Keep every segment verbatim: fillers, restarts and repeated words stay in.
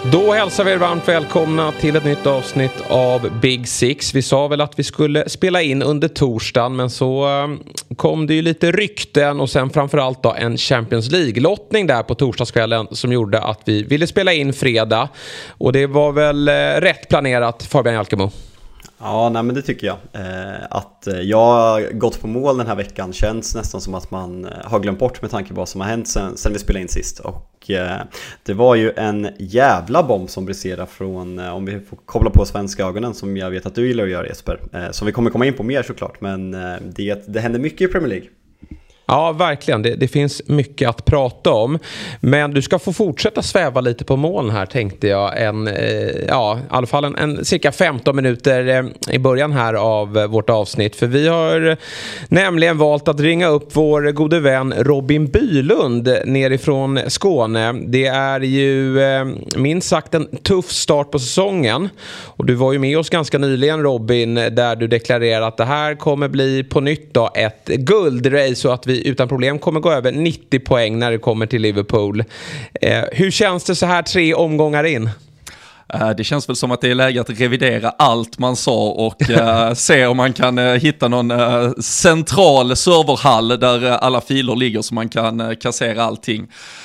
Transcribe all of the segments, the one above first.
Då hälsar vi er varmt välkomna till ett nytt avsnitt av Big Six. Vi sa väl att vi skulle spela in under torsdagen, men så kom det ju lite rykten och sen framförallt då en Champions League-lottning där på torsdagskvällen som gjorde att vi ville spela in fredag. Och det var väl rätt planerat, Fabian Jalkemo? Ja, nej, men det tycker jag. Eh, att jag har gått på mål den här veckan känns nästan som att man har glömt bort med tanke på vad som har hänt sen, sen vi spelade in sist. Och eh, det var ju en jävla bomb som briserade från, eh, om vi får koppla på svenska ögonen som jag vet att du gillar att göra, Jesper. Eh, som vi kommer komma in på mer såklart, men eh, det, det händer mycket i Premier League. Ja, verkligen. Det, det finns mycket att prata om. Men du ska få fortsätta sväva lite på moln här, tänkte jag. En, eh, ja, i alla fall en, en cirka femton minuter eh, i början här av eh, vårt avsnitt. För vi har nämligen valt att ringa upp vår gode vän Robin Bylund nerifrån Skåne. Det är ju eh, minst sagt en tuff start på säsongen. Och du var ju med oss ganska nyligen, Robin, där du deklarerade att det här kommer bli på nytt då ett guldrace så att vi utan problem kommer gå över nittio poäng när det kommer till Liverpool. Eh, hur känns det så här tre omgångar in? Det känns väl som att det är läge att revidera allt man sa och uh, se om man kan uh, hitta någon uh, central serverhall där uh, alla filer ligger så man kan uh, kassera allting.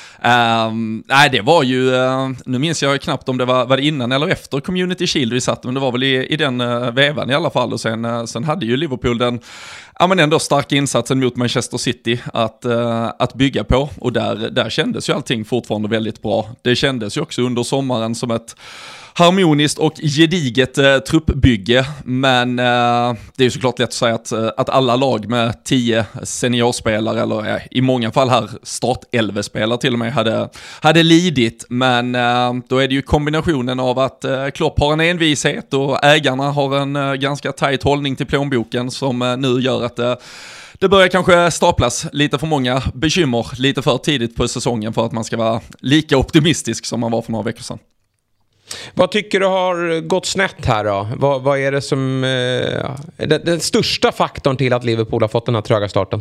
Um, nej, det var ju, uh, nu minns jag knappt om det var, var det innan eller efter Community Shield vi satt, men det var väl i, i den uh, vevan i alla fall. Och sen, uh, sen hade ju Liverpool den, ja, men ändå starka insatsen mot Manchester City att, uh, att bygga på. Och där, där kändes ju allting fortfarande väldigt bra. Det kändes ju också under sommaren som ett harmoniskt och gediget eh, truppbygge, men eh, det är ju såklart lätt att säga att, att alla lag med tio seniorspelare eller eh, i många fall här startelvespelare till och med hade, hade lidit, men eh, då är det ju kombinationen av att eh, Klopp har en envishet och ägarna har en eh, ganska tajt hållning till plånboken som eh, nu gör att eh, det börjar kanske staplas lite för många bekymmer lite för tidigt på säsongen för att man ska vara lika optimistisk som man var för några veckor sedan. Vad tycker du har gått snett här då? Vad, vad är det som eh, den, den största faktorn till att Liverpool har fått den här tröga starten?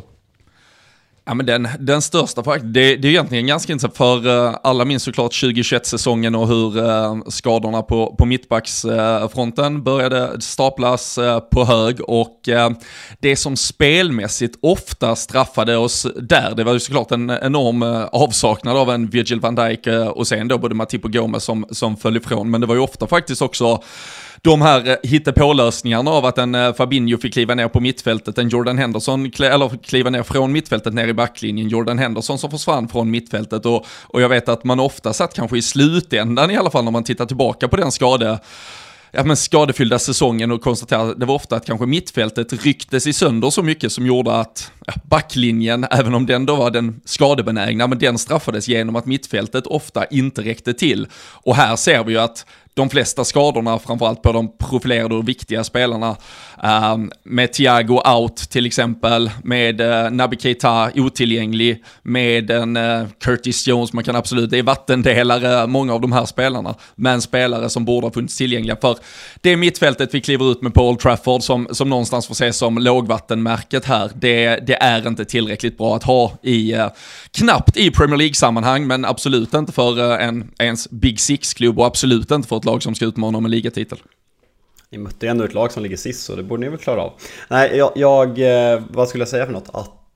Ja, men den, den största faktorn, det, det är egentligen ganska intressant för uh, alla minns såklart tjugohundratjugoett-säsongen och hur uh, skadorna på, på mittbacksfronten uh, började staplas uh, på hög och uh, det som spelmässigt ofta straffade oss där, det var ju såklart en enorm uh, avsaknad av en Virgil van Dijk uh, och sen då både Matip och Gomez som, som föll ifrån, men det var ju ofta faktiskt också de här hittepålösningarna av att en Fabinho fick kliva ner på mittfältet, en Jordan Henderson eller kliva ner från mittfältet ner i backlinjen, Jordan Henderson som försvann från mittfältet och, och jag vet att man ofta satt kanske i slutändan i alla fall när man tittar tillbaka på den skade Ja, men skadefyllda säsongen och konstatera att det var ofta att kanske mittfältet rycktes i sönder så mycket som gjorde att ja, backlinjen, även om den då var den skadebenägna, men den straffades genom att mittfältet ofta inte räckte till. Och här ser vi ju att de flesta skadorna, framförallt på de profilerade och viktiga spelarna, uh, med Thiago out till exempel, med uh, Naby Keita otillgänglig, med en uh, Curtis Jones, man kan absolut, det är vattendelare, många av de här spelarna, men spelare som borde ha funnits tillgängliga för det mittfältet vi kliver ut med på Old Trafford som, som någonstans får ses som lågvattenmärket här, det, det är inte tillräckligt bra att ha i, uh, knappt i Premier League-sammanhang, men absolut inte för uh, en ens Big Six-klubb och absolut inte för ett lag som ska utmana om en ligatitel. Ni mötte ändå ett lag som ligger sist, så det borde ni väl klara av. Nej, jag, jag vad skulle jag säga för något? Att,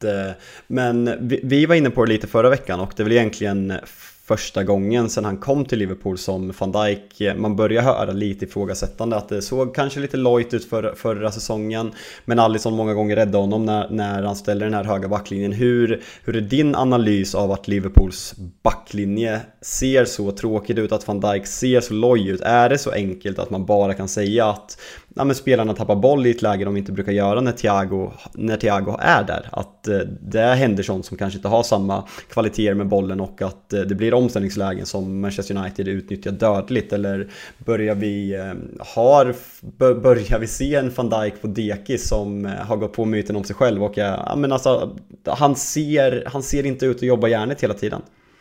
men vi, vi var inne på det lite förra veckan och det är väl egentligen första gången sedan han kom till Liverpool som Van Dijk, man börjar höra lite ifrågasättande att det såg kanske lite lojt ut för, förra säsongen, men Alisson många gånger räddade honom när, när han ställer den här höga backlinjen. Hur, hur är din analys av att Liverpools backlinje ser så tråkigt ut, att Van Dijk ser så loj ut? Är det så enkelt att man bara kan säga att ja, men spelarna tappar boll i ett läge de inte brukar göra när Thiago, när Thiago är där? Att eh, det händer sånt som kanske inte har samma kvaliteter med bollen och att eh, det blir omställningslägen som Manchester United utnyttjar dödligt? Eller börjar vi, eh, har, börjar vi se en Van Dijk på dekis som eh, har gått på myten om sig själv och eh, ja, men alltså, han, ser, han ser inte ut att jobba hjärnet hela tiden?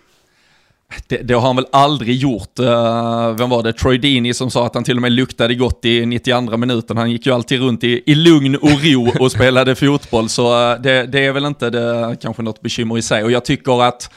Det, det har han väl aldrig gjort. Uh, vem var det? Troy Deeney som sa att han till och med luktade gott i nittioandra minuten. Han gick ju alltid runt i, i lugn och ro och spelade fotboll. Så uh, det, det är väl inte det, kanske något bekymmer i sig. Och jag tycker att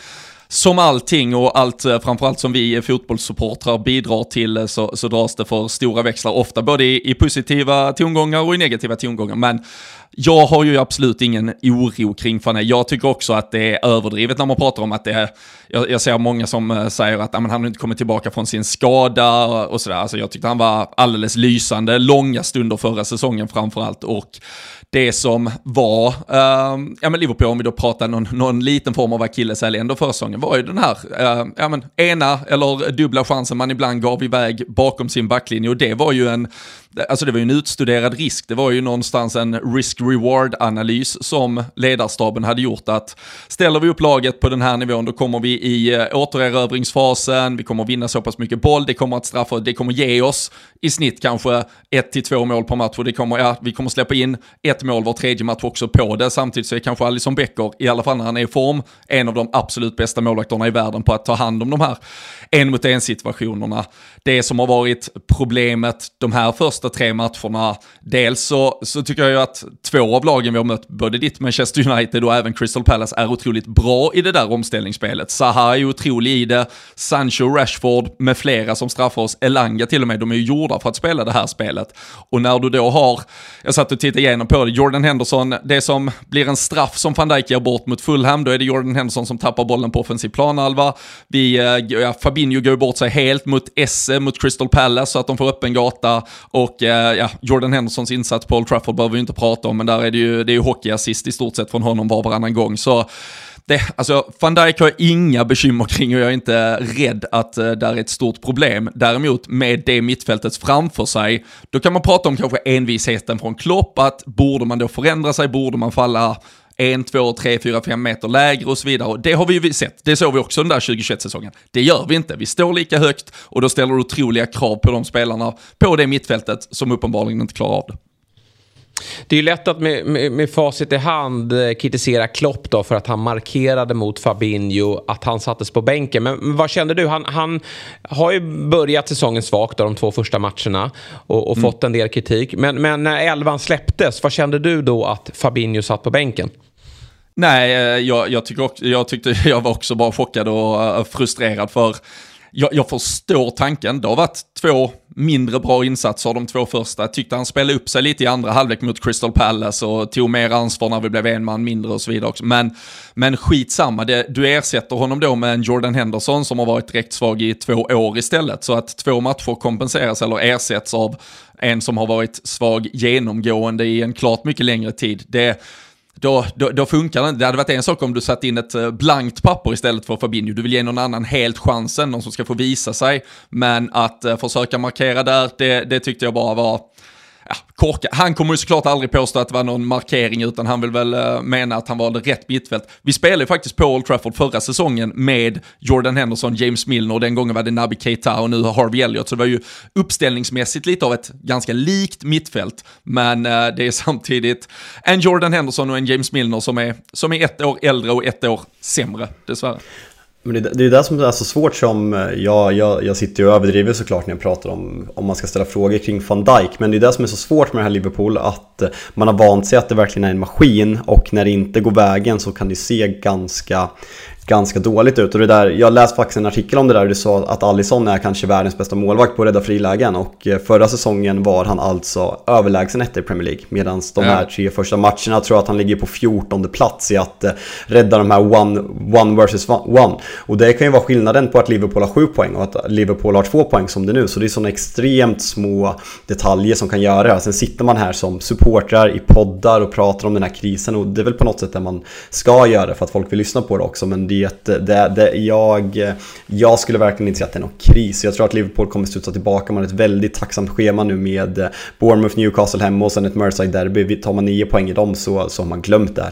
som allting och allt, framförallt som vi fotbollssupportrar bidrar till, så, så dras det för stora växlar, ofta både i, i positiva tongångar och i negativa tongångar. Men jag har ju absolut ingen oro kring Fane. Jag tycker också att det är överdrivet när man pratar om att det är, jag, jag ser många som säger att ja, men han har inte kommit tillbaka från sin skada och, och sådär. Alltså jag tyckte han var alldeles lysande, långa stunder förra säsongen framförallt, och det som var, uh, ja men Liverpool, om vi då pratar någon, någon liten form av akilleshäl ändå förra säsongen, var ju den här uh, ja men ena eller dubbla chansen man ibland gav iväg bakom sin backlinje, och det var ju en, alltså det var ju en utstuderad risk, det var ju någonstans en risk-reward-analys som ledarstaben hade gjort, att ställer vi upp laget på den här nivån, då kommer vi i uh, återerövringsfasen, vi kommer vinna så pass mycket boll, det kommer att straffa, det kommer ge oss i snitt kanske ett till två mål per match, och det kommer, ja, vi kommer släppa in ett mål var tredje match också på det. Samtidigt så är kanske Alisson Becker, i alla fall när han är i form, en av de absolut bästa målvakterna i världen på att ta hand om de här en mot en situationerna. Det som har varit problemet de här första tre matcherna, dels så, så tycker jag ju att två av lagen vi har mött, både ditt Manchester United och även Crystal Palace, är otroligt bra i det där omställningsspelet. Zaha är ju otrolig i det, Sancho, Rashford med flera som straffar oss, Elanga till och med, de är ju gjorda för att spela det här spelet. Och när du då har, jag satt och tittade igenom på det, Jordan Henderson, det som blir en straff som Van Dijk ger bort mot Fulham, då är det Jordan Henderson som tappar bollen på offensiv planhalva. Vi, ja, Fabinho går bort sig helt mot Esse, mot Crystal Palace, så att de får öppen gata, och ja, Jordan Hendersons insats på Old Trafford behöver vi inte prata om, men där är det ju, det är ju hockeyassist i stort sett från honom var varannan gång. Så det, alltså, Van Dijk har inga bekymmer kring, och jag är inte rädd att uh, det är ett stort problem. Däremot med det mittfältet framför sig, då kan man prata om kanske envisheten från Klopp, att borde man då förändra sig, borde man falla en, två, tre, fyra, fem meter lägre och så vidare. Och det har vi ju sett. Det såg vi också den där tjugohundratjugoett-säsongen. Det gör vi inte. Vi står lika högt, och då ställer det otroliga krav på de spelarna på det mittfältet som uppenbarligen inte klarar av det. Det är ju lätt att med, med, med facit i hand kritisera Klopp då för att han markerade mot Fabinho, att han sattes på bänken. Men, men vad kände du? Han, han har ju börjat säsongen svagt då, de två första matcherna, och, och mm. fått en del kritik. Men, men när elvan släpptes, vad kände du då att Fabinho satt på bänken? Nej, jag, jag, tycker också, jag tyckte jag var också bara chockad och frustrerad, för jag, jag förstår tanken. Det har varit två mindre bra insatser, de två första. Jag tyckte han spelade upp sig lite i andra halvlek mot Crystal Palace och tog mer ansvar när vi blev en man mindre och så vidare också. Men, men skitsamma, det, du ersätter honom då med en Jordan Henderson som har varit direkt svag i två år istället. Så att två matcher kompenseras eller ersätts av en som har varit svag genomgående i en klart mycket längre tid. Det Då, då, då funkar det inte. Det hade varit en sak om du satt in ett blankt papper istället för Fabinho. Du vill ge någon annan helt chansen, någon som ska få visa sig. Men att uh, försöka markera där, det, det tyckte jag bara var ja, korka. Han kommer ju såklart aldrig påstå att det var någon markering, utan han vill väl uh, mena att han var det rätt mittfält. Vi spelade ju faktiskt på Old Trafford förra säsongen med Jordan Henderson, James Milner, och den gången var det Naby Keita och nu Harvey Elliott. Så det var ju uppställningsmässigt lite av ett ganska likt mittfält, men uh, det är samtidigt en Jordan Henderson och en James Milner som är, som är ett år äldre och ett år sämre, dessvärre. Men det, det är det som är så svårt, som jag, jag, jag sitter ju och överdriver såklart när jag pratar om om man ska ställa frågor kring Van Dijk. Men det är det som är så svårt med det här Liverpool, att man har vant sig att det verkligen är en maskin, och när det inte går vägen så kan det se ganska ganska dåligt ut. Och det där, jag läste faktiskt en artikel om det där, och det sa att Alisson är kanske världens bästa målvakt på att rädda frilägen, och förra säsongen var han alltså överlägsen ett i Premier League, medan de här ja. tre första matcherna tror jag att han ligger på fjortonde plats i att rädda de här one, one versus one. Och det kan ju vara skillnaden på att Liverpool har sju poäng och att Liverpool har två poäng som det nu. Så det är sådana extremt små detaljer som kan göra det. Sen sitter man här som supportrar i poddar och pratar om den här krisen, och det är väl på något sätt det man ska göra för att folk vill lyssna på det också. Men det Det, det, det, jag, jag skulle verkligen inte säga att det är någon kris. Jag tror att Liverpool kommer studsa tillbaka. Man har ett väldigt tacksamt schema nu med Bournemouth, Newcastle hemma och sen ett Merseyside-derby. Tar man nio poäng i dem så, så har man glömt det här.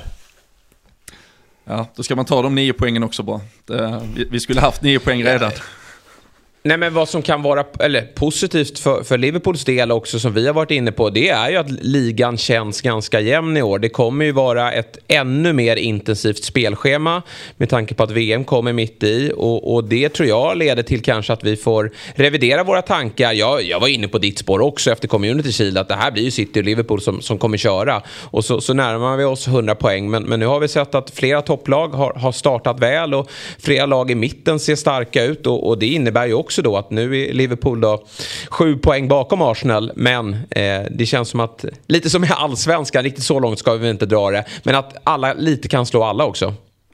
Ja, då ska man ta de nio poängen också bra. Det, vi, vi skulle haft nio poäng redan. Nej, men vad som kan vara eller, positivt för, för Liverpools del också, som vi har varit inne på, det är ju att ligan känns ganska jämn i år. Det kommer ju vara ett ännu mer intensivt spelschema med tanke på att V M kommer mitt i, och, och det tror jag leder till kanske att vi får revidera våra tankar. Jag, jag var inne på ditt spår också efter Community Shield, att det här blir ju City och Liverpool som, som kommer köra, och så, så närmar vi oss hundra poäng, men, men nu har vi sett att flera topplag har, har startat väl och flera lag i mitten ser starka ut, och, och det innebär ju också då att nu är Liverpool då sju poäng bakom Arsenal, men eh, det känns som att lite som i allsvenskan, riktigt så långt ska vi inte dra det, men att alla lite kan slå alla också.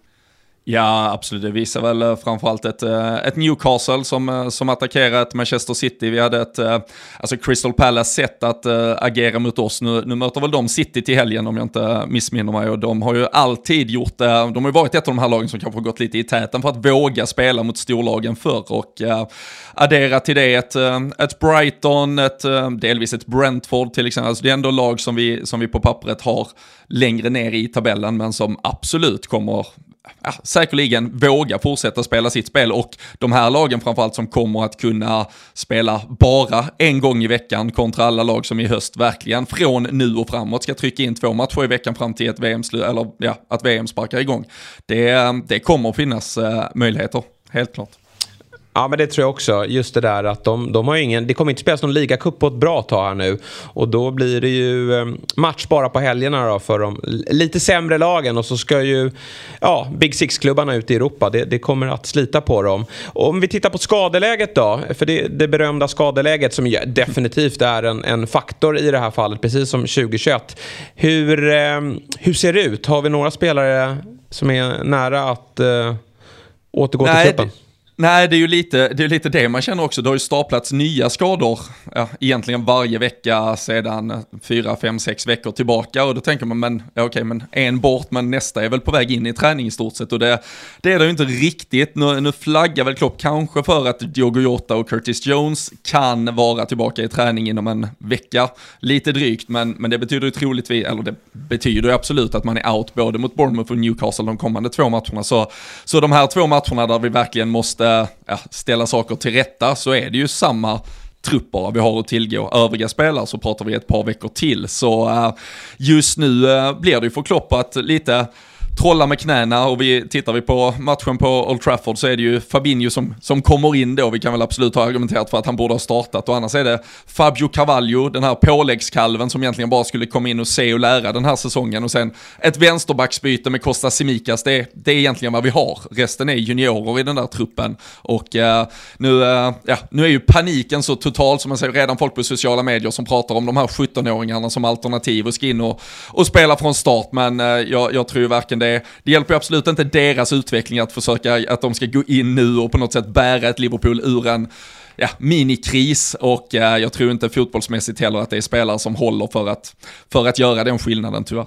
Ja, absolut. Det visar väl framförallt ett, ett Newcastle som, som attackerar ett Manchester City. Vi hade ett alltså Crystal Palace sätt att uh, agera mot oss. Nu, nu möter väl de City till helgen om jag inte missminner mig, och de har ju alltid gjort det. Uh, de har ju varit ett av de här lagen som kanske har gått lite i täten för att våga spela mot storlagen förr, och uh, addera till det ett, uh, ett Brighton, ett, uh, delvis ett Brentford till exempel. Alltså det är ändå lag som vi, som vi på pappret har längre ner i tabellen, men som absolut kommer ja, säkerligen våga fortsätta spela sitt spel, och de här lagen framförallt som kommer att kunna spela bara en gång i veckan kontra alla lag som i höst verkligen från nu och framåt ska trycka in två matcher i veckan fram till ett V M-slut, eller ja, att V M sparkar igång. Det, det kommer att finnas uh, möjligheter, helt klart. Ja, men det tror jag också. Just det där att de, de har ingen, det kommer inte spelas någon ligacup på ett bra tag här nu. Och då blir det ju match bara på helgerna då för de lite sämre lagen. Och så ska ju ja, Big Six-klubbarna ut i Europa. Det, det kommer att slita på dem. Och om vi tittar på skadeläget då. För det, det berömda skadeläget som definitivt är en, en faktor i det här fallet. Precis som tjugohundratjugoett. Hur, hur ser det ut? Har vi några spelare som är nära att uh, återgå Nej, till klubben? Nej, det är ju lite det, är lite det man känner också. Det har ju staplats nya skador ja, egentligen varje vecka sedan fyra, fem, sex veckor tillbaka. Och då tänker man, men ja, okej, men en bort, men nästa är väl på väg in i träning i stort sett. Och det, det är det ju inte riktigt. Nu, nu flaggar väl Klopp kanske för att Diogo Jota och Curtis Jones kan vara tillbaka i träning inom en vecka. Lite drygt, men, men det betyder ju troligtvis, eller det betyder ju absolut att man är out både mot Bournemouth och Newcastle de kommande två matcherna. Så, så de här två matcherna där vi verkligen måste Ja, ställa saker till rätta, så är det ju samma trupper vi har att tillgå. Övriga spelare så pratar vi ett par veckor till, så uh, just nu uh, blir det ju för Klopp att lite trolla med knäna, och vi tittar vi på matchen på Old Trafford så är det ju Fabinho som, som kommer in då. Vi kan väl absolut ha argumenterat för att han borde ha startat, och annars är det Fabio Carvalho, den här påläggskalven som egentligen bara skulle komma in och se och lära den här säsongen, och sen ett vänsterbacksbyte med Costa Simikas. Det, det är egentligen vad vi har. Resten är juniorer i den där truppen, och uh, nu, uh, ja, nu är ju paniken så total, som man säger, redan folk på sociala medier som pratar om de här sjuttonåringarna som alternativ och ska in och, och spela från start, men uh, jag, jag tror ju varken det, det hjälper absolut inte deras utveckling att försöka att de ska gå in nu och på något sätt bära ett Liverpool ur en ja, minikris, och eh, jag tror inte fotbollsmässigt heller att det är spelare som håller för att, för att göra den skillnaden, tyvärr.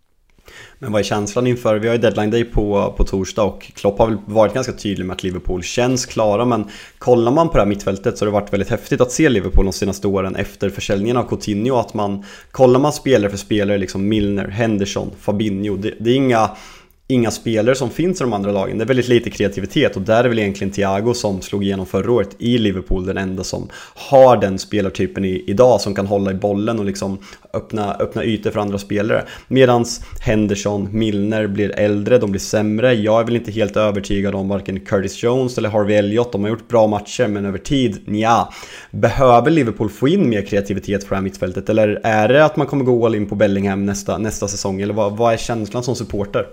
Men vad är känslan inför? Vi har ju deadline day på, på torsdag, och Klopp har väl varit ganska tydlig med att Liverpool känns klara, men kollar man på det här mittfältet så har det varit väldigt häftigt att se Liverpool de senaste åren efter försäljningen av Coutinho, att man kollar man spelare för spelare, liksom Milner, Henderson, Fabinho, det, det är inga Inga spelare som finns i de andra lagen. Det är väldigt lite kreativitet, och där är väl egentligen Thiago som slog igenom förra året i Liverpool den enda som har den spelartypen i, idag, som kan hålla i bollen och liksom öppna, öppna ytor för andra spelare. Medans Henderson, Milner blir äldre, de blir sämre. Jag är väl inte helt övertygad om varken Curtis Jones eller Harvey Elliott. De har gjort bra matcher, men över tid, nja. Behöver Liverpool få in mer kreativitet på det här mittfältet, eller är det att man kommer gå all in på Bellingham nästa, nästa säsong, eller vad, vad är känslan som supporter?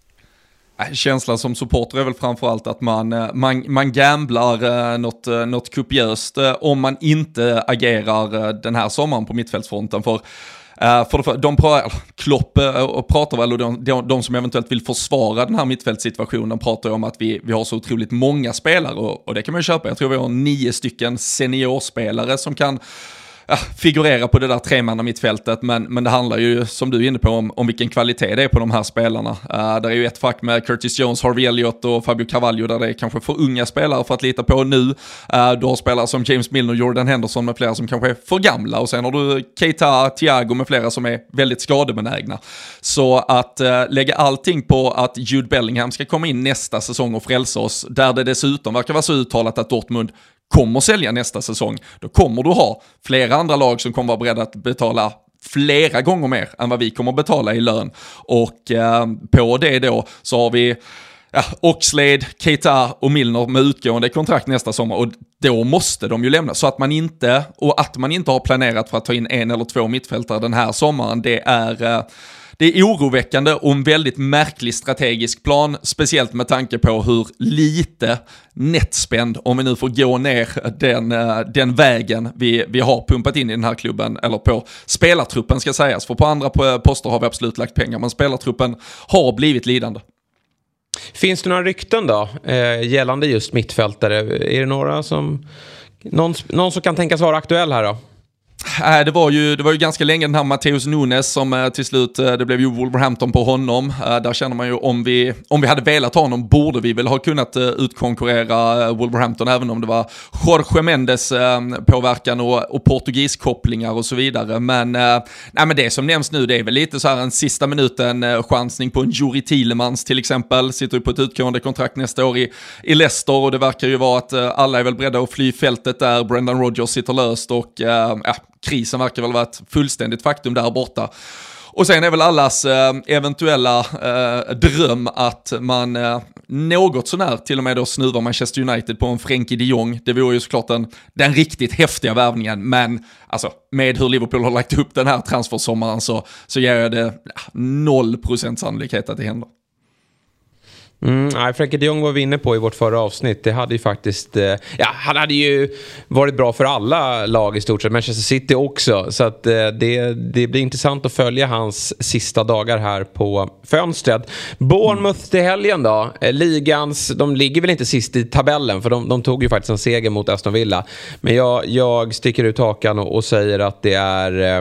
Känslan som supporter är väl framförallt att man, man, man gamblar något, något kupiöst om man inte agerar den här sommaren på mittfältsfronten. För, för, för de Klopp pratar väl, och de, de, de som eventuellt vill försvara den här mittfältssituationen pratar om att vi, vi har så otroligt många spelare, och, och det kan man ju köpa. Jag tror vi har nio stycken seniorspelare som kan Ja, figurera på det där tremanna mittfältet, men, men det handlar ju, som du är inne på, om, om vilken kvalitet det är på de här spelarna. Uh, där är ju ett fack med Curtis Jones, Harvey Elliott och Fabio Carvalho, där det är kanske för unga spelare för att lita på nu. Uh, du har spelare som James Milner, Jordan Henderson med flera som kanske är för gamla, och sen har du Keita, Thiago med flera som är väldigt skadebenägna. Så att uh, lägga allting på att Jude Bellingham ska komma in nästa säsong och frälsa oss, där det dessutom verkar vara så uttalat att Dortmund kommer sälja nästa säsong, då kommer du ha flera andra lag som kommer vara beredda att betala flera gånger mer än vad vi kommer att betala i lön. Och eh, på det då så har vi ja, Oxlade, Keita och Milner med utgående kontrakt nästa sommar, och då måste de ju lämna. Så att man inte, och att man inte har planerat för att ta in en eller två mittfältare den här sommaren, det är... Eh, Det är oroväckande och en väldigt märklig strategisk plan, speciellt med tanke på hur lite nettspänd, om vi nu får gå ner den, den vägen vi, vi har pumpat in i den här klubben, eller på spelartruppen ska sägas, för på andra poster har vi absolut lagt pengar, men spelartruppen har blivit lidande. Finns det några rykten då eh, gällande just mittfältare? Är det några som någon, någon som kan tänkas vara aktuell här då? Äh, det, var ju, det var ju ganska länge den här Mateus Nunes som äh, till slut, äh, det blev ju Wolverhampton på honom. Äh, där känner man ju om vi, om vi hade velat ha honom borde vi väl ha kunnat äh, utkonkurrera äh, Wolverhampton, även om det var Jorge Mendes äh, påverkan och, och portugiskopplingar och så vidare. Men, äh, nej, men det som nämns nu, det är väl lite så här en sista minuten äh, chansning på en Juri Tielemans till exempel. Sitter ju på ett utgående kontrakt nästa år i, i Leicester, och det verkar ju vara att äh, alla är väl beredda att fly fältet där Brendan Rodgers sitter löst, och äh, ja, krisen verkar väl vara ett fullständigt faktum där borta. Och sen är väl allas eh, eventuella eh, dröm att man eh, något sånär till och med då snuvar Manchester United på en Frenkie de Jong. Det var ju såklart den, den riktigt häftiga värvningen, men alltså, med hur Liverpool har lagt upp den här transfersommaren så, så ger jag det noll procent sannolikhet att det händer. Mm, nej, Frenkie de Jong var vi inne på i vårt förra avsnitt. Det hade ju faktiskt, eh, ja, han hade ju varit bra för alla lag i stort sett, Manchester City också. Så att eh, det, det blir intressant att följa hans sista dagar här på fönstret. Bournemouth till helgen då. Eh, ligans, de ligger väl inte sist i tabellen, för de, de tog ju faktiskt en seger mot Aston Villa. Men jag, jag sticker ut hakan och, och säger att det är eh,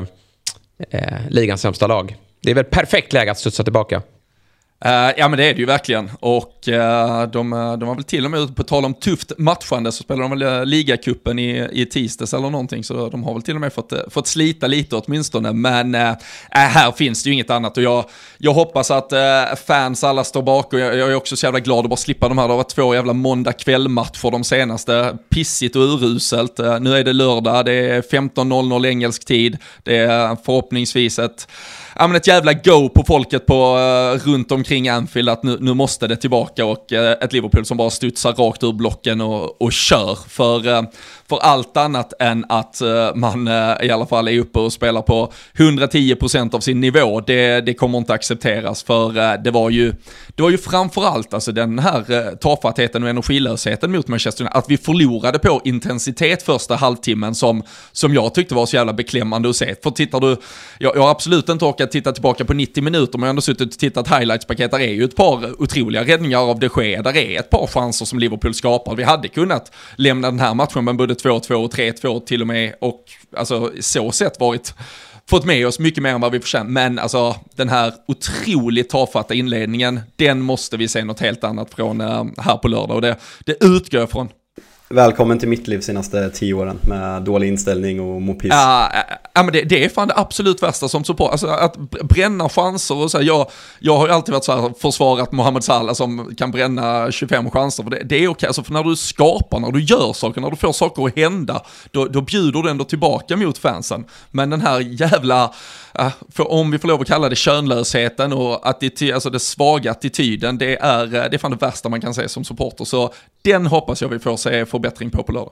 eh, ligans sämsta lag. Det är väl perfekt läge att studsa tillbaka. Uh, ja, men det är det ju verkligen, och uh, de, de var väl till och med, på tal om tufft matchande, så spelar de väl ligacupen i, i tisdags eller någonting, så de har väl till och med fått, fått slita lite åtminstone, men uh, här finns det ju inget annat, och jag, jag hoppas att uh, fans alla står bak, och jag, jag är också så jävla glad att bara slippa de här. Det har varit två jävla måndag kvällmatcher de senaste, pissigt och uruselt. Uh, nu är det lördag, det är femton noll noll engelsk tid, det är förhoppningsvis ett Ja, men ett jävla go på folket på uh, runt omkring Anfield, att nu, nu måste det tillbaka, och uh, ett Liverpool som bara studsar rakt ur blocken och, och kör för, uh, för allt annat än att uh, man uh, i alla fall är uppe och spelar på hundratio procent av sin nivå. Det, det kommer inte accepteras, för uh, det var ju det var ju framförallt alltså den här uh, tafattheten och energilösheten mot Manchester United, att vi förlorade på intensitet första halvtimmen som, som jag tyckte var så jävla beklämmande att se. För tittar du, jag, jag har absolut inte orkat titta tillbaka på nittio minuter, men jag har ändå suttit och tittat highlights-paket. Där är ju ett par otroliga räddningar av De Gea, där är ett par chanser som Liverpool skapar. Vi hade kunnat lämna den här matchen med både två två och tre två till och med, och alltså så sett varit fått med oss mycket mer än vad vi förtjänar. Men alltså den här otroligt tafatta inledningen, den måste vi se något helt annat från uh, här på lördag, och det, det utgår jag från. Välkommen till mitt liv senaste tio åren med dålig inställning och mopis. Ja, ja men det, det är fan det absolut värsta som support. Alltså att bränna chanser och så här, jag, jag har ju alltid varit så här försvarat Mohamed Salah som kan bränna tjugofem chanser. För det, det är okej, alltså för när du skapar, när du gör saker, när du får saker att hända, då, då bjuder du ändå tillbaka mot fansen. Men den här jävla, för om vi får lov att kalla det könlösheten och attityd, alltså det svaga attityden, det är, det är fan det värsta man kan säga som supporter. Så den hoppas jag vi får se förbättring på på lördag.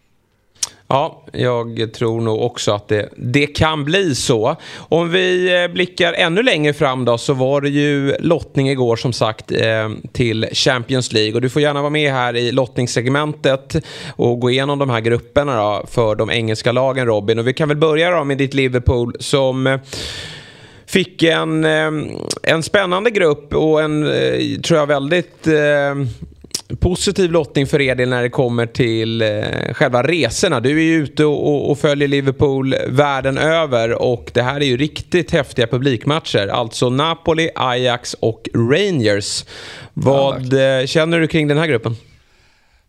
Ja, jag tror nog också att det, det kan bli så. Om vi blickar ännu längre fram då, så var det ju lottning igår som sagt eh, till Champions League. Och du får gärna vara med här i lottningssegmentet och gå igenom de här grupperna då för de engelska lagen, Robin. Och vi kan väl börja då med ditt Liverpool som eh, fick en, eh, en spännande grupp och en, eh, tror jag, väldigt... Eh, positiv lottning för er del när det kommer till eh, själva resorna. Du är ju ute och, och följer Liverpool världen över, och det här är ju riktigt häftiga publikmatcher. Alltså Napoli, Ajax och Rangers. Vad ja, känner du kring den här gruppen?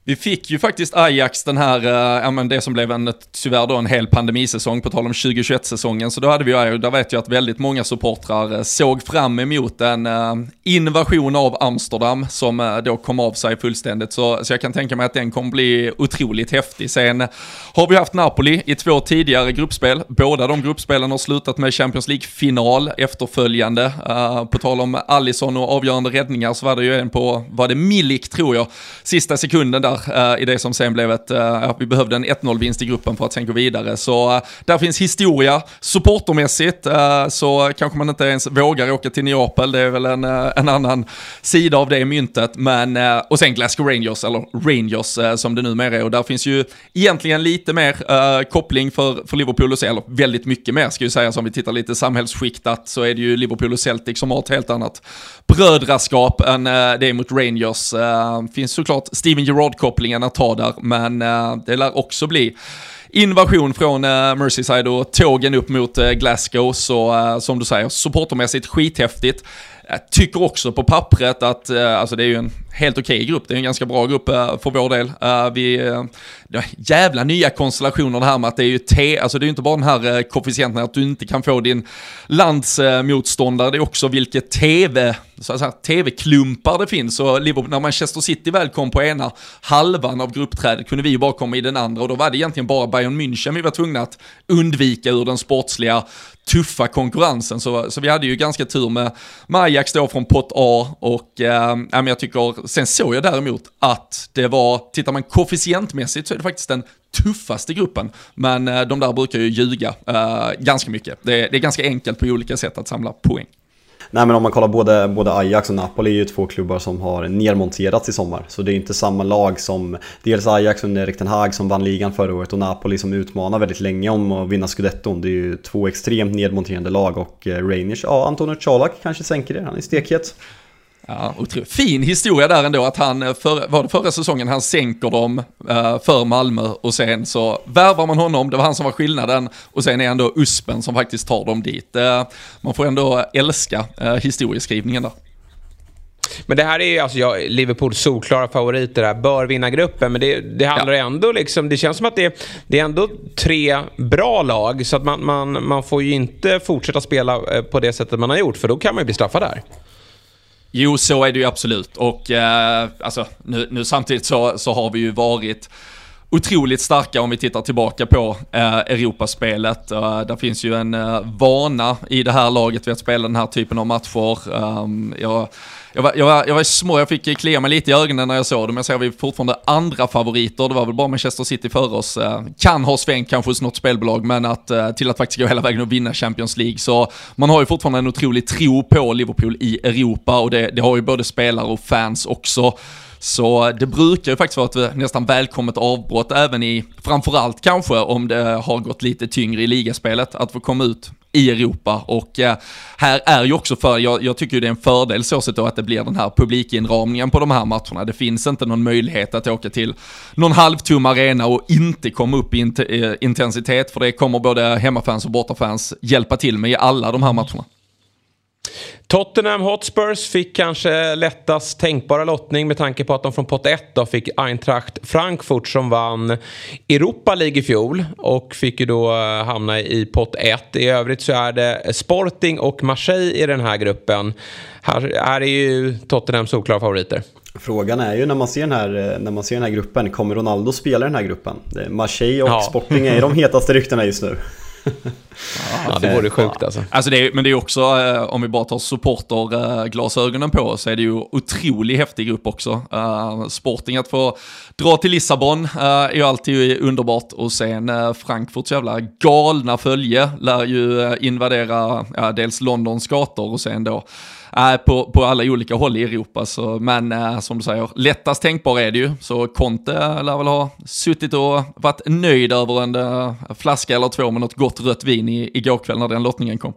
Vi fick ju faktiskt Ajax den här, äh, ja men det som blev en, tyvärr då en hel pandemisäsong på tal om tjugohundratjugoett-säsongen, så då hade vi ju, där vet jag att väldigt många supportrar såg fram emot en äh, invasion av Amsterdam som äh, då kom av sig fullständigt, så, så jag kan tänka mig att den kommer bli otroligt häftig. Sen har vi haft Napoli i två tidigare gruppspel, båda de gruppspelen har slutat med Champions League-final efterföljande, äh, på tal om Alisson och avgörande räddningar så var det ju en på, var det Milik tror jag, sista sekunden där Uh, i det som sen blev ett, uh, vi behövde en ett noll-vinst i gruppen för att sen gå vidare. Så uh, där finns historia, supportermässigt, uh, så kanske man inte ens vågar åka till Neapel, det är väl en, uh, en annan sida av det myntet. Men, uh, och sen Glasgow Rangers, eller Rangers uh, som det numera är, och där finns ju egentligen lite mer uh, koppling för, för Liverpool och Celtic, eller väldigt mycket mer ska jag säga, som vi tittar lite samhällsskiktat så är det ju Liverpool och Celtic som har ett helt annat brödraskap än uh, det är mot Rangers. Uh, finns såklart Steven Gerrard-kopplingen att ta där, men uh, det lär också bli invasion från uh, Merseyside och tågen upp mot uh, Glasgow, så uh, som du säger, supportermässigt skithäftigt. Jag tycker också på pappret att uh, alltså det är ju en helt okej okay grupp, det är en ganska bra grupp uh, för vår del. Uh, vi, uh, ja, jävla nya konstellationer det här med att det är ju T, alltså det är ju inte bara den här uh, koefficienten att du inte kan få din landsmotståndare, uh, det är också vilket tv så att säga, tv-klumpar det finns, och Liverpool, när Manchester City väl kom på ena halvan av gruppträdet kunde vi ju bara komma i den andra, och då var det egentligen bara Bayern München vi var tvungna att undvika ur den sportsliga tuffa konkurrensen, så, så vi hade ju ganska tur med, med Ajax då från pott A, och äh, jag tycker, sen såg jag däremot att det var, tittar man koefficientmässigt så är det faktiskt den tuffaste gruppen, men äh, de där brukar ju ljuga äh, ganska mycket, det, det är ganska enkelt på olika sätt att samla poäng. Nej, men om man kollar både, både Ajax och Napoli är ju två klubbar som har nedmonterats i sommar. Så det är inte samma lag som dels Ajax under Erik ten Hag som vann ligan förra året och Napoli som utmanar väldigt länge om att vinna Scudetton. Det är ju två extremt nedmonterande lag, och Rangers, ja, Antonio Colak kanske sänker det, han är stekhet. Ja, otroligt. Fin historia där ändå att han, för, var det förra säsongen, han sänker dem uh, för Malmö och sen så värvar man honom, det var han som var skillnaden, och sen är ändå Uspen som faktiskt tar dem dit. Uh, man får ändå älska uh, historieskrivningen där. Men det här är ju alltså jag, Liverpools solklara favoriter här, bör vinna gruppen, men det, det handlar ja. ändå liksom, det känns som att det, det är ändå tre bra lag, så att man, man, man får ju inte fortsätta spela på det sättet man har gjort, för då kan man ju bli straffad där. Jo, så är det ju absolut. Och eh, alltså, nu, nu samtidigt så, så har vi ju varit otroligt starka om vi tittar tillbaka på eh, Europaspelet. Uh, där finns ju en uh, vana i det här laget vid att spela den här typen av matcher. Um, jag, jag, var, jag, var, jag var små, jag fick klia mig lite i ögonen när jag såg dem. Jag ser vi fortfarande andra favoriter. Det var väl bara Manchester City för oss. Uh, kan ha svängt kanske hos något spelbolag, men att, uh, till att faktiskt gå hela vägen och vinna Champions League. Så man har ju fortfarande en otrolig tro på Liverpool i Europa, och det, det har ju både spelare och fans också. Så det brukar ju faktiskt vara ett nästan välkommet avbrott, även i, framförallt kanske om det har gått lite tyngre i ligaspelet, att få komma ut i Europa. Och eh, här är ju också för, jag, jag tycker ju det är en fördel så sett då att det blir den här publikinramningen på de här matcherna. Det finns inte någon möjlighet att åka till någon halvtum arena och inte komma upp i int- intensitet, för det kommer både hemmafans och bortafans hjälpa till med i alla de här matcherna. Tottenham Hotspurs fick kanske lättast tänkbara lottning med tanke på att de från pott ett då fick Eintracht Frankfurt som vann Europa League i fjol och fick ju då hamna i pott ett. I övrigt så är det Sporting och Marseille i den här gruppen. Här är ju Tottenham solklara favoriter. Frågan är ju när man ser den här, när man ser den här gruppen, kommer Ronaldo spela den här gruppen? Marseille och ja. Sporting är de hetaste ryktena just nu. Ja, det vore sjukt alltså. Alltså det är, men det är också, eh, om vi bara tar supporter eh, glasögonen på, så är det ju otroligt häftig grupp också. Eh, Sporting att få dra till Lissabon eh, är ju alltid underbart, och sen eh, Frankfurts jävla galna följe lär ju eh, invadera eh, dels Londons gator och sen då eh, på, på alla olika håll i Europa. Så, men eh, som du säger, lättast tänkbar är det ju. Så Conte lär väl ha suttit och varit nöjd över en eh, flaska eller två med något gott rött vin i, igår kväll när den lottningen kom.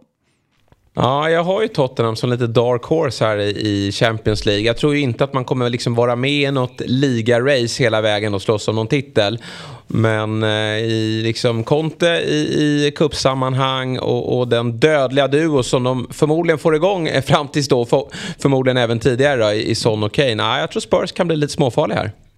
Ja, jag har ju Tottenham som lite dark horse här i Champions League. Jag tror ju inte att man kommer liksom vara med i något liga-race hela vägen och slåss om någon titel. Men eh, i liksom Conte i, i kuppsammanhang och, och den dödliga duo som de förmodligen får igång fram tills då, för, förmodligen även tidigare då, i, i Son och Kane. Nej, jag tror Spurs kan bli lite småfarlig här.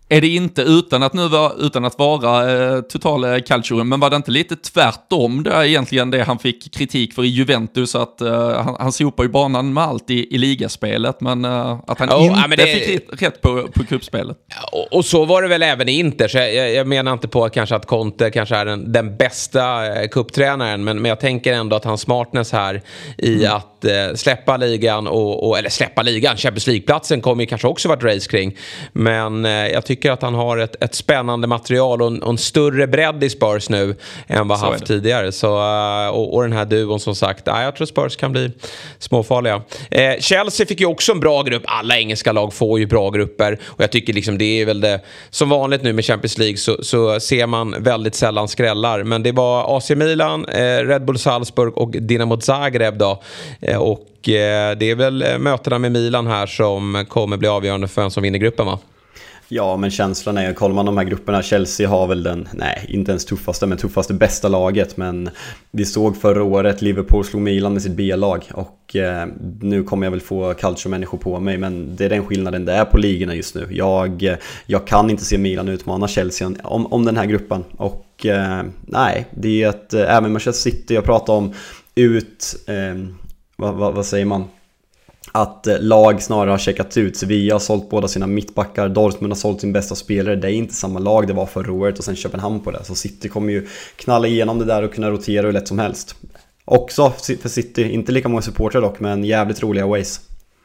är det inte utan att nu var, utan att vara eh, total eh, culture, men var det inte lite tvärtom det är egentligen det han fick kritik för i Juventus, att eh, han, han sopar ju banan med allt i, i ligaspelet, men eh, att han oh, inte ja, det... fick rätt, rätt på, på kuppspelet. Och, och så var det väl även i Inter, så jag, jag menar inte på att kanske att Conte kanske är den, den bästa eh, kupptränaren, men, men jag tänker ändå att hans smartness här i mm. att eh, släppa ligan och, och, eller släppa ligan, Champions League-platsen kommer ju kanske också varit race kring, men eh, jag tycker att han har ett, ett spännande material och en, och en större bredd i Spurs nu än vad han haft tidigare. Så, och, och den här duon som sagt, ja, jag tror Spurs kan bli småfarliga. Eh, Chelsea fick ju också en bra grupp. Alla engelska lag får ju bra grupper. Och jag tycker liksom det är väl det, som vanligt nu med Champions League så, så ser man väldigt sällan skrällar. Men det var A C Milan, eh, Red Bull Salzburg och Dinamo Zagreb då. Eh, och eh, det är väl mötena med Milan här som kommer bli avgörande för vem som vinner gruppen, va? Ja, men känslan är, kollar man de här grupperna, Chelsea har väl den, nej, inte ens tuffaste, men tuffaste bästa laget. Men vi såg förra året, Liverpool slog Milan med sitt B-lag. Och eh, nu kommer jag väl få calcio-människor på mig, men det är den skillnaden det är på ligorna just nu. Jag, jag kan inte se Milan utmana Chelsea om, om den här gruppen. Och eh, nej, det är att eh, även Manchester City, jag pratar om ut, eh, vad, vad, vad säger man? Att lag snarare har checkat ut. Sevilla har sålt båda sina mittbackar, Dortmund har sålt sin bästa spelare. Det är inte samma lag det var förra året och sen Köpenhamn på det. Så City kommer ju knalla igenom det där och kunna rotera hur lätt som helst. Också för City, inte lika många supportrar dock, men jävligt roliga ways.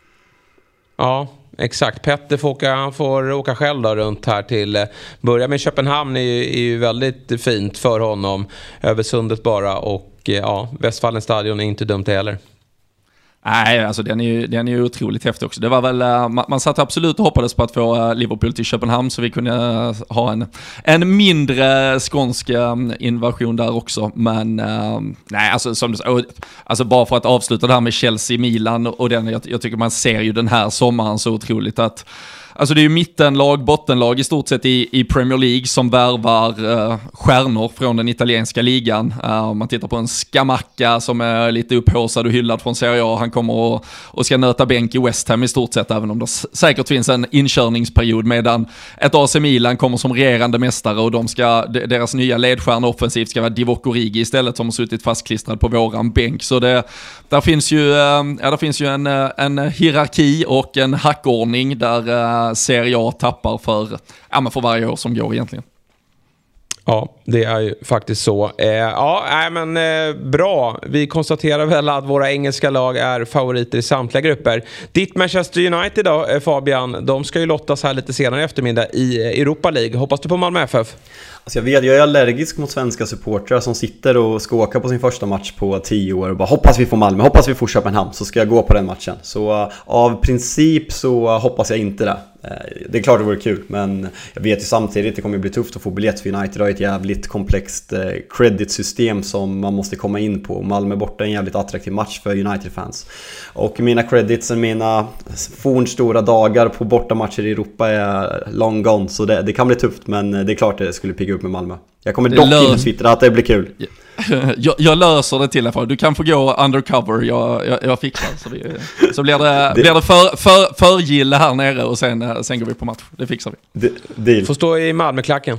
Ja, exakt. Petter får åka, han får åka själv då runt här till, börja med Köpenhamn är ju, är ju väldigt fint för honom, över sundet bara, och ja, Westfallen stadion är inte dumt heller. Nej, alltså den är ju, den är ju otroligt häftig också. Det var väl, man, man satt absolut och hoppades på att få Liverpool till Köpenhamn så vi kunde ha en, en mindre skånsk invasion där också. Men nej, alltså, som, alltså bara för att avsluta det här med Chelsea, Milan och den, jag, jag tycker man ser ju den här sommaren så otroligt att alltså det är ju mittenlag, bottenlag i stort sett i, i Premier League som värvar uh, stjärnor från den italienska ligan. Uh, om man tittar på en Scamacca som är lite upphåsad och hyllad från Serie A. Han kommer och, och ska nöta bänk i West Ham i stort sett, även om det s- säkert finns en inkörningsperiod, medan ett A C Milan kommer som regerande mästare och de ska, d- deras nya ledstjärna offensivt ska vara Divock Origi istället, som har suttit fastklistrad på våran bänk. Så det, där finns ju, uh, ja, där finns ju en, uh, en hierarki och en hackordning där uh, Serie jag tappar för, ja, men för varje år som går egentligen. Ja, det är ju faktiskt så. Eh, ja, nej, men eh, bra. Vi konstaterar väl att våra engelska lag är favoriter i samtliga grupper. Ditt Manchester United då, eh, Fabian, de ska ju lottas här lite senare i eftermiddag i eh, Europa League. Hoppas du på Malmö F F? Alltså jag vet, jag är allergisk mot svenska supportrar som sitter och ska åka på sin första match på tio år och bara hoppas vi får Malmö, hoppas vi får Köpenhamn, så ska jag gå på den matchen. Så uh, av princip så uh, hoppas jag inte det. Uh, det är klart det vore kul, men jag vet ju samtidigt att det kommer bli tufft att få biljett, för United har ett jävligt komplext uh, credit-system som man måste komma in på. Malmö borta är en jävligt attraktiv match för United-fans. Och mina credits och mina fornstora dagar på bortamatcher i Europa är long gone, så det, det kan bli tufft, men det är klart det skulle pigga upp med Malmö. Jag kommer dock lös- inte twittra att det blir kul. jag, jag löser det till dig. Du kan få gå undercover. Jag, jag, jag fixar. Så, vi, så blir det, det blir det för, för, förgille här nere och sen, sen går vi på match. Det fixar vi. Det, får stå i Malmö-klacken.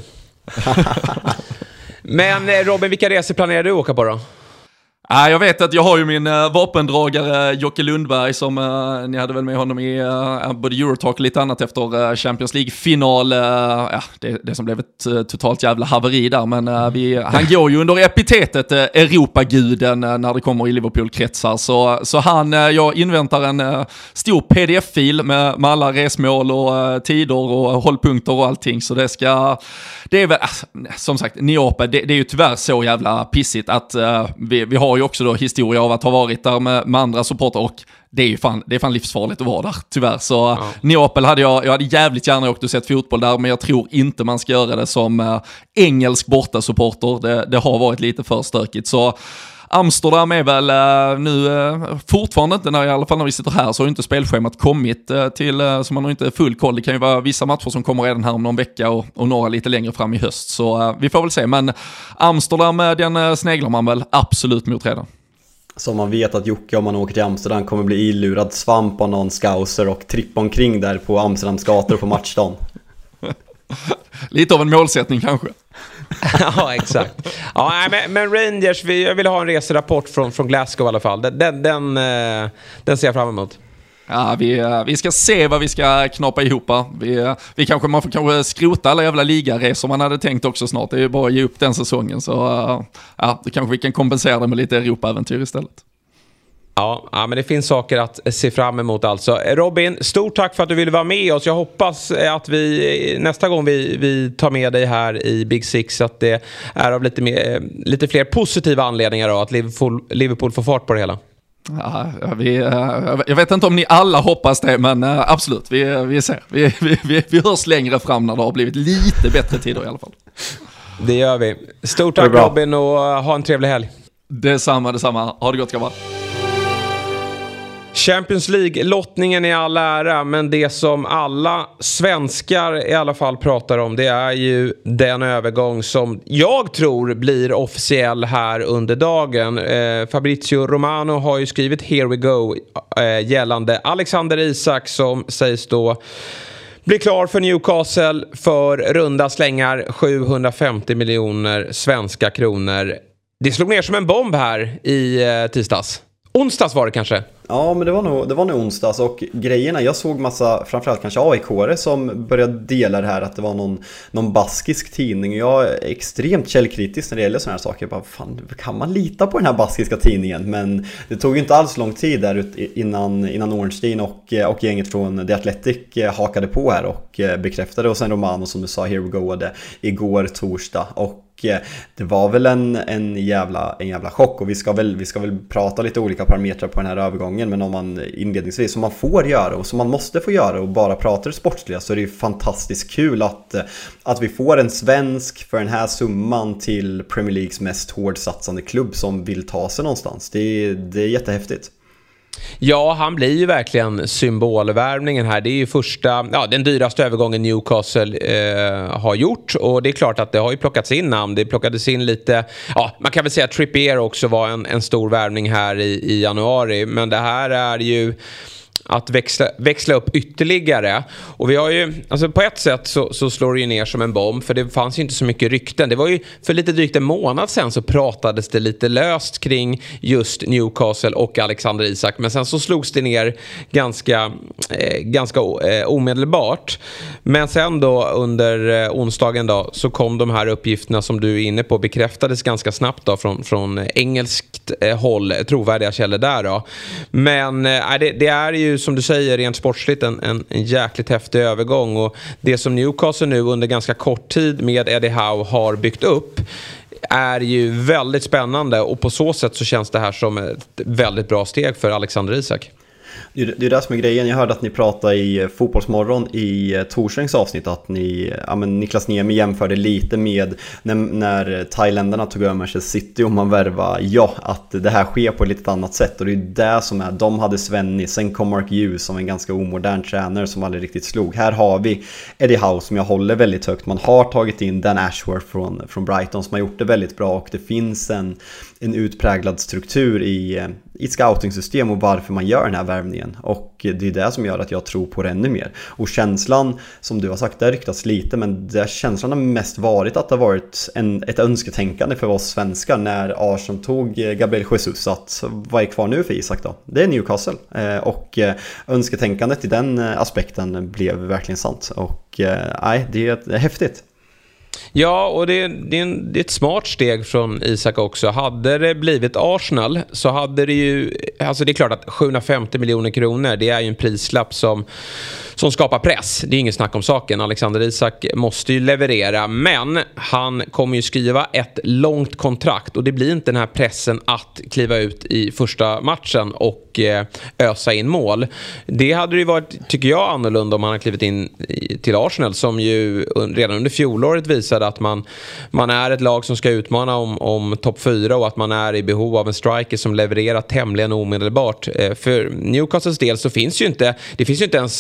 Men Robin, vilka resor planerar du att åka på då? Ah, jag vet att jag har ju min uh, vapendragare Jocke Lundberg som uh, ni hade väl med honom i uh, både Eurotalk och lite annat efter uh, Champions League-final. Uh, ja, det, det som blev ett uh, totalt jävla haveri där, men uh, vi, han går ju under epitetet uh, Europaguden uh, när det kommer i Liverpool-kretsar. Så, så han, uh, jag inväntar en uh, stor P D F-fil med, med alla resmål och uh, tider och hållpunkter och allting. Så det ska, det är väl, uh, som sagt, Neapel, det, det är ju tyvärr så jävla pissigt att uh, vi, vi har ju också då historia av att ha varit där med, med andra supporter, och det är ju fan, det är fan livsfarligt att vara där, tyvärr. Så ja. Neapel hade jag, jag hade jävligt gärna åkt och sett fotboll där, men jag tror inte man ska göra det som äh, engelsk bortasupporter. Det, det har varit lite för stökigt. Så Amsterdam är väl äh, nu äh, fortfarande inte, när, i alla fall när vi sitter här, så har inte spelschemat kommit äh, till, äh, så man har inte full koll. Det kan ju vara vissa matcher som kommer redan här om någon vecka och, och några lite längre fram i höst. Så äh, vi får väl se, men Amsterdam, äh, den äh, sneglar man väl absolut mot redan. Så man vet att Jocke, om man åker till Amsterdam, kommer bli illurad svamp av någon scouser och trippa omkring där på Amsterdams gator på matchdagen. Lite av en målsättning kanske. Ja, exakt. Ja, men, men Rangers, vi, jag vill ha en reserapport från, från Glasgow i alla fall. Den, den, den, den ser jag fram emot. Ja, vi, vi ska se vad vi ska knappa ihop. Vi, vi kanske, man får kanske skrota alla jävla ligaresor man hade tänkt också snart. Det är ju bara att ge upp den säsongen. Så ja, då kanske vi kan kompensera det med lite Europa-äventyr istället. Ja, ja, men det finns saker att se fram emot alltså. Robin, stort tack för att du ville vara med oss. Jag hoppas att vi nästa gång vi, vi tar med dig här i Big Six att det är av lite, mer, lite fler positiva anledningar då, att Liverpool, Liverpool får fart på det hela. Ja, vi, jag vet inte om ni alla hoppas det, men absolut, vi, vi ser. Vi, vi, vi hörs längre fram när det har blivit lite bättre tider i alla fall. Det gör vi. Stort tack Robin och ha en trevlig helg. Detsamma, detsamma. Ha det gott, grabbar. Champions League-lottningen är all ära, men det som alla svenskar i alla fall pratar om, det är ju den övergång som jag tror blir officiell här under dagen. Eh, Fabrizio Romano har ju skrivit Here we go eh, gällande Alexander Isak som sägs då blir klar för Newcastle för runda slängar sjuhundrafemtio miljoner svenska kronor. Det slog ner som en bomb här i eh, tisdags. Onsdags var det kanske? Ja, men det var nog, det var nog onsdags och grejerna, jag såg massa, framförallt kanske A I K-are som började dela det här att det var någon, någon baskisk tidning. Jag är extremt källkritisk när det gäller sådana här saker. Bara, fan, kan man lita på den här baskiska tidningen? Men det tog ju inte alls lång tid där ut innan, innan Ornstein och, och gänget från The Athletic hakade på här och bekräftade. Och sen Romano som du sa, Here we go, det igår torsdag. Och det var väl en, en, jävla, en jävla chock och vi ska, väl, vi ska väl prata lite olika parametrar på den här övergången, men om man inledningsvis, som man får göra och som man måste få göra och bara pratar sportsliga, så är det ju fantastiskt kul att, att vi får en svensk för den här summan till Premier Leagues mest hårdsatsande klubb som vill ta sig någonstans. Det, det är jättehäftigt. Ja, han blir ju verkligen symbolvärvningen här. Det är ju första, ja, den dyraste övergången Newcastle eh, har gjort. Och det är klart att det har ju plockats in namn. Det plockades in lite, ja, man kan väl säga att Trippier också var en, en stor värvning här i, i januari. Men det här är ju att växla, växla upp ytterligare. Och vi har ju, alltså på ett sätt så, så slår det ju ner som en bomb, för det fanns ju inte så mycket rykten. Det var ju för lite drygt en månad sedan så pratades det lite löst kring just Newcastle och Alexander Isak, men sen så slogs det ner ganska, eh, ganska eh, omedelbart. Men sen då under eh, onsdagen då så kom de här uppgifterna som du är inne på, bekräftades ganska snabbt då från, från engelskt eh, håll, trovärdiga källor där då. Men eh, det, det är ju som du säger rent sportsligt en, en, en jäkligt häftig övergång, och det som Newcastle nu under ganska kort tid med Eddie Howe har byggt upp är ju väldigt spännande, och på så sätt så känns det här som ett väldigt bra steg för Alexander Isak. Det är det som är grejen. Jag hörde att ni pratade i Fotbollsmorgon i torsdagens avsnitt att ni, ja, men Niklas Niemi jämförde lite med när, när thailändarna tog över Manchester City och man värva, ja, att det här sker på ett lite annat sätt, och det är det som är, de hade Svenny, sen kom Mark Hughes som en ganska omodern tränare som aldrig riktigt slog. Här har vi Eddie Howe som jag håller väldigt högt. Man har tagit in Dan Ashworth från, från Brighton som har gjort det väldigt bra, och det finns en, en utpräglad struktur i, i ett scouting-system och varför man gör den här värvningen, och det är det som gör att jag tror på det ännu mer. Och känslan, som du har sagt, det har ryktats lite, men det känslan har mest varit att det har varit en, ett önsketänkande för oss svenskar när Arsenal tog Gabriel Jesus, att vad är kvar nu för Isak då? Det är Newcastle, och önsketänkandet i den aspekten blev verkligen sant, och nej, det är, det är häftigt. Ja, och det, det, är en, det är ett smart steg från Isak också. Hade det blivit Arsenal så hade det ju, alltså det är klart att sjuhundrafemtio miljoner kronor, det är ju en prislapp som, som skapar press. Det är inget snack om saken. Alexander Isak måste ju leverera, men han kommer ju skriva ett långt kontrakt, och det blir inte den här pressen att kliva ut i första matchen och eh, ösa in mål. Det hade ju varit, tycker jag, annorlunda om han hade klivit in i, till Arsenal, som ju redan under fjolåret visade att man, man är ett lag som ska utmana om, om topp fyra, och att man är i behov av en striker som levererar tämligen omedelbart. Eh, för Newcastles del så finns ju inte, det finns ju inte ens krav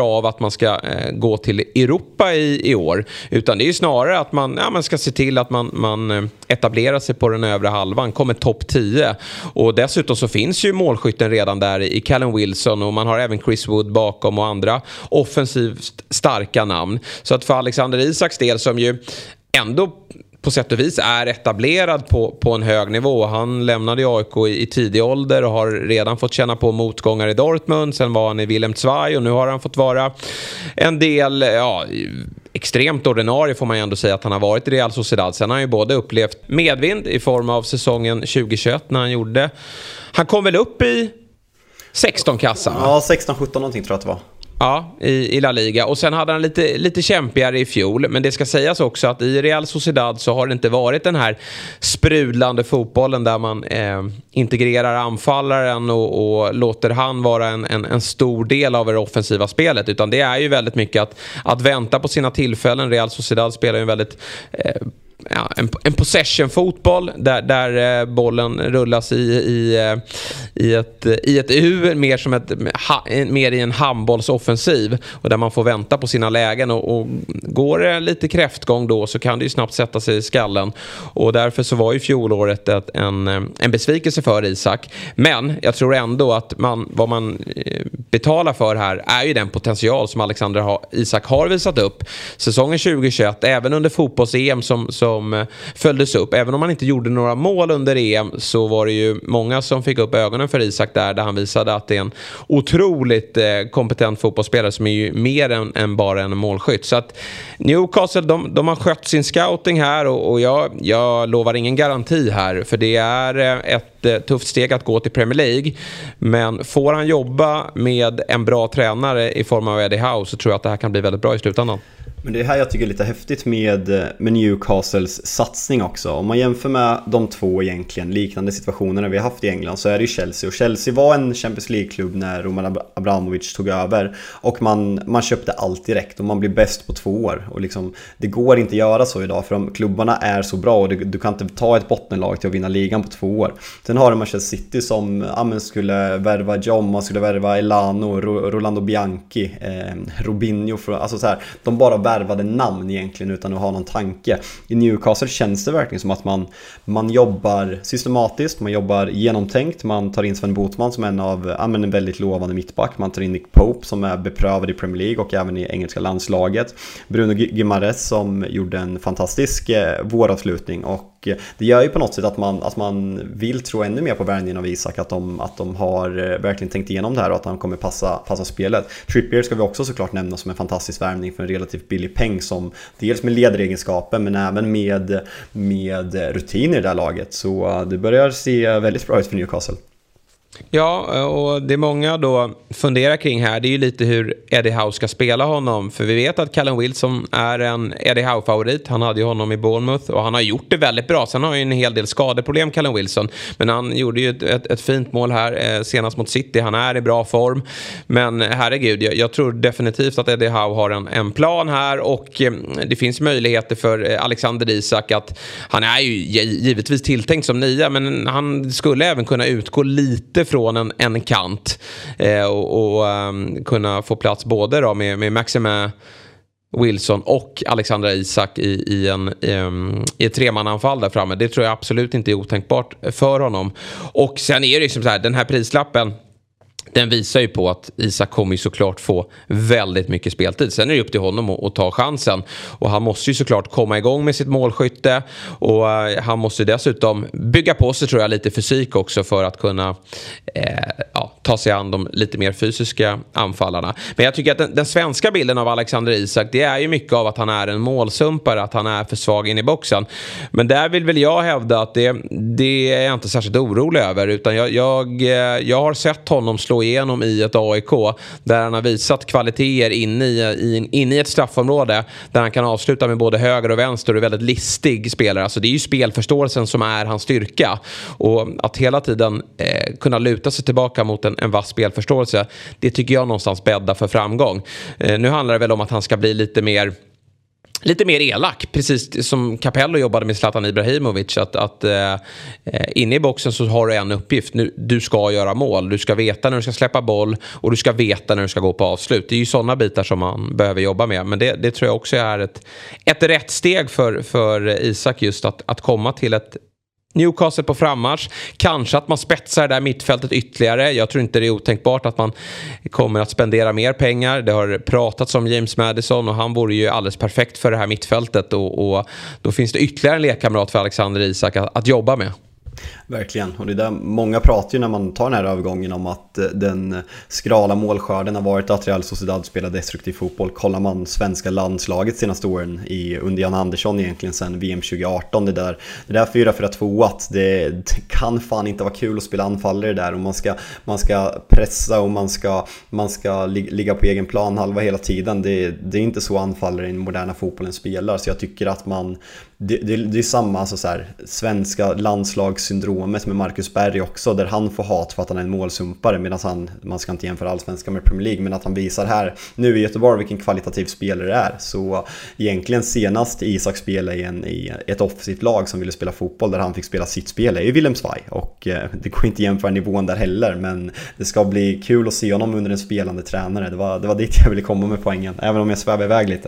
krav att man ska eh, gå till Europa i, i år, utan det är ju snarare att man, ja, man ska se till att man, man etablerar sig på den övre halvan, kommer topp tio, och dessutom så finns ju målskytten redan där i Callum Wilson, och man har även Chris Wood bakom och andra offensivt starka namn. Så att för Alexander Isaks del, som ju ändå på sätt och vis är etablerad på, på en hög nivå. Han lämnade A I K i, i tidig ålder och har redan fått känna på motgångar i Dortmund. Sen var han i Willem två och nu har han fått vara en del, ja, extremt ordinarie får man ju ändå säga att han har varit i Real Sociedad. Sen har han ju både upplevt medvind i form av säsongen tjugo tjugoett när han gjorde. Han kom väl upp i sexton-kassan? Ja, sexton sjutton någonting tror jag att det var. Ja, i, i La Liga. Och sen hade han lite, lite kämpigare i fjol. Men det ska sägas också att i Real Sociedad så har det inte varit den här sprudlande fotbollen där man eh, integrerar anfallaren och, och låter han vara en, en, en stor del av det offensiva spelet. Utan det är ju väldigt mycket att, att vänta på sina tillfällen. Real Sociedad spelar ju väldigt... Eh, Ja, en, en possession-fotboll där, där eh, bollen rullas i, i, eh, i, ett, i ett U, mer som ett, ha, mer i en handbollsoffensiv, och där man får vänta på sina lägen, och, och går det lite kräftgång då så kan det ju snabbt sätta sig i skallen, och därför så var ju fjolåret ett, en, en besvikelse för Isak. Men jag tror ändå att man, vad man betalar för här är ju den potential som Alexander ha, Isak har visat upp säsongen tjugo tjugoett, även under fotbolls-E M som, som som följdes upp. Även om han inte gjorde några mål under E M så var det ju många som fick upp ögonen för Isak där, där han visade att det är en otroligt eh, kompetent fotbollsspelare som är ju mer än, än bara en målskytt. Så att Newcastle, de, de har skött sin scouting här, och, och jag, jag lovar ingen garanti här, för det är eh, ett eh, tufft steg att gå till Premier League, men får han jobba med en bra tränare i form av Eddie Howe så tror jag att det här kan bli väldigt bra i slutändan. Men det är här jag tycker är lite häftigt med, med Newcastles satsning också. Om man jämför med de två egentligen liknande situationerna vi har haft i England, så är det ju Chelsea. Och Chelsea var en Champions League-klubb när Roman Abramovich tog över. Och man, man köpte allt direkt och man blir bäst på två år. Och liksom, det går inte att göra så idag, för de klubbarna är så bra och det, du kan inte ta ett bottenlag till att vinna ligan på två år. Sen har du Manchester City som ja, skulle värva John, man skulle värva Elano, Rolando Bianchi, eh, Robinho. Alltså så här, de bara värvade namn egentligen utan att ha någon tanke. I Newcastle känns det verkligen som att man, man jobbar systematiskt, man jobbar genomtänkt, man tar in Sven Botman som en av ja, men en väldigt lovande mittback, man tar in Nick Pope som är beprövad i Premier League och även i engelska landslaget, Bruno Guimaraes som gjorde en fantastisk eh, våravslutning, och det gör ju på något sätt att man, att man vill tro ännu mer på värvningen av Isak, att de, att de har verkligen tänkt igenom det här och att han kommer passa, passa spelet. Trippier ska vi också såklart nämna som en fantastisk värvning för en relativt billig peng, som dels med ledaregenskaper men även med, med rutin i det här laget. Så det börjar se väldigt bra ut för Newcastle. Ja, och det många då funderar kring här, det är ju lite hur Eddie Howe ska spela honom. För vi vet att Callum Wilson är en Eddie Howe-favorit. Han hade ju honom i Bournemouth och han har gjort det väldigt bra. Sen har han ju en hel del skadeproblem, Callum Wilson. Men han gjorde ju ett, ett, ett fint mål här eh, senast mot City. Han är i bra form. Men herregud, jag, jag tror definitivt att Eddie Howe har en, en plan här. Och eh, det finns möjligheter för Alexander Isak att han är ju givetvis tilltänkt som nia. Men han skulle även kunna utgå lite från en, en kant eh, och, och um, kunna få plats både då med, med Maxime Wilson och Alexander Isak i, i, en, i, um, i ett tremananfall där framme. Det tror jag absolut inte är otänkbart för honom. Och sen är det liksom så här, den här prislappen, den visar ju på att Isak kommer ju såklart få väldigt mycket speltid. Sen är det upp till honom att, att ta chansen. Och han måste ju såklart komma igång med sitt målskytte. Och uh, han måste dessutom bygga på sig, tror jag, lite fysik också för att kunna eh, ja, ta sig an de lite mer fysiska anfallarna. Men jag tycker att den, den svenska bilden av Alexander Isak, det är ju mycket av att han är en målsumpare, att han är för svag in i boxen. Men där vill väl jag hävda att det, det är jag inte särskilt orolig över. Utan jag, jag, jag har sett honom slå igenom i ett A I K där han har visat kvaliteter inne i, i, inne i ett straffområde där han kan avsluta med både höger och vänster och är väldigt listig spelare. Alltså det är ju spelförståelsen som är hans styrka, och att hela tiden eh, kunna luta sig tillbaka mot en, en vass spelförståelse, det tycker jag någonstans bäddar för framgång. Eh, nu handlar det väl om att han ska bli lite mer lite mer elak, precis som Capello jobbade med Zlatan Ibrahimovic, att, att eh, inne i boxen så har du en uppgift, nu, du ska göra mål, du ska veta när du ska släppa boll och du ska veta när du ska gå på avslut. Det är ju sådana bitar som man behöver jobba med, men det, det tror jag också är ett, ett rätt steg för, för Isak, just att, att komma till ett Newcastle på frammarsch. Kanske att man spetsar det där mittfältet ytterligare. Jag tror inte det är otänkbart att man kommer att spendera mer pengar. Det har pratats om James Maddison och han vore ju alldeles perfekt för det här mittfältet, och, och då finns det ytterligare en lekkamrat för Alexander Isak att, att jobba med. Verkligen, och det är där många pratar ju när man tar den här övergången om att den skrala målskörden har varit att Real Sociedad spelar destruktiv fotboll. Kollar man svenska landslaget senaste åren i, under Jan Andersson egentligen sedan V M tjugo arton, det där, det där fyra fyra två att det, det kan fan inte vara kul att spela anfallare där, och man ska, man ska pressa och man ska, man ska ligga på egen plan halva hela tiden. Det, det är inte så anfallare i den moderna fotbollen spelar, så jag tycker att man Det, det, det är samma alltså så här, svenska landslagssyndromet med Marcus Berg också, där han får hat för att han är en målsumpare, medan han, man ska inte jämföra allsvenska med Premier League, men att han visar här nu i Göteborg vilken kvalitativ spelare det är. Så egentligen senast Isak spelade i, en, i ett offensivt lag som ville spela fotboll, där han fick spela sitt spel, är ju Wilhelmsvaj, och eh, det går inte jämföra nivån där heller, men det ska bli kul att se honom under en spelande tränare. Det var, det var dit jag ville komma med poängen, även om jag svävar iväg lite.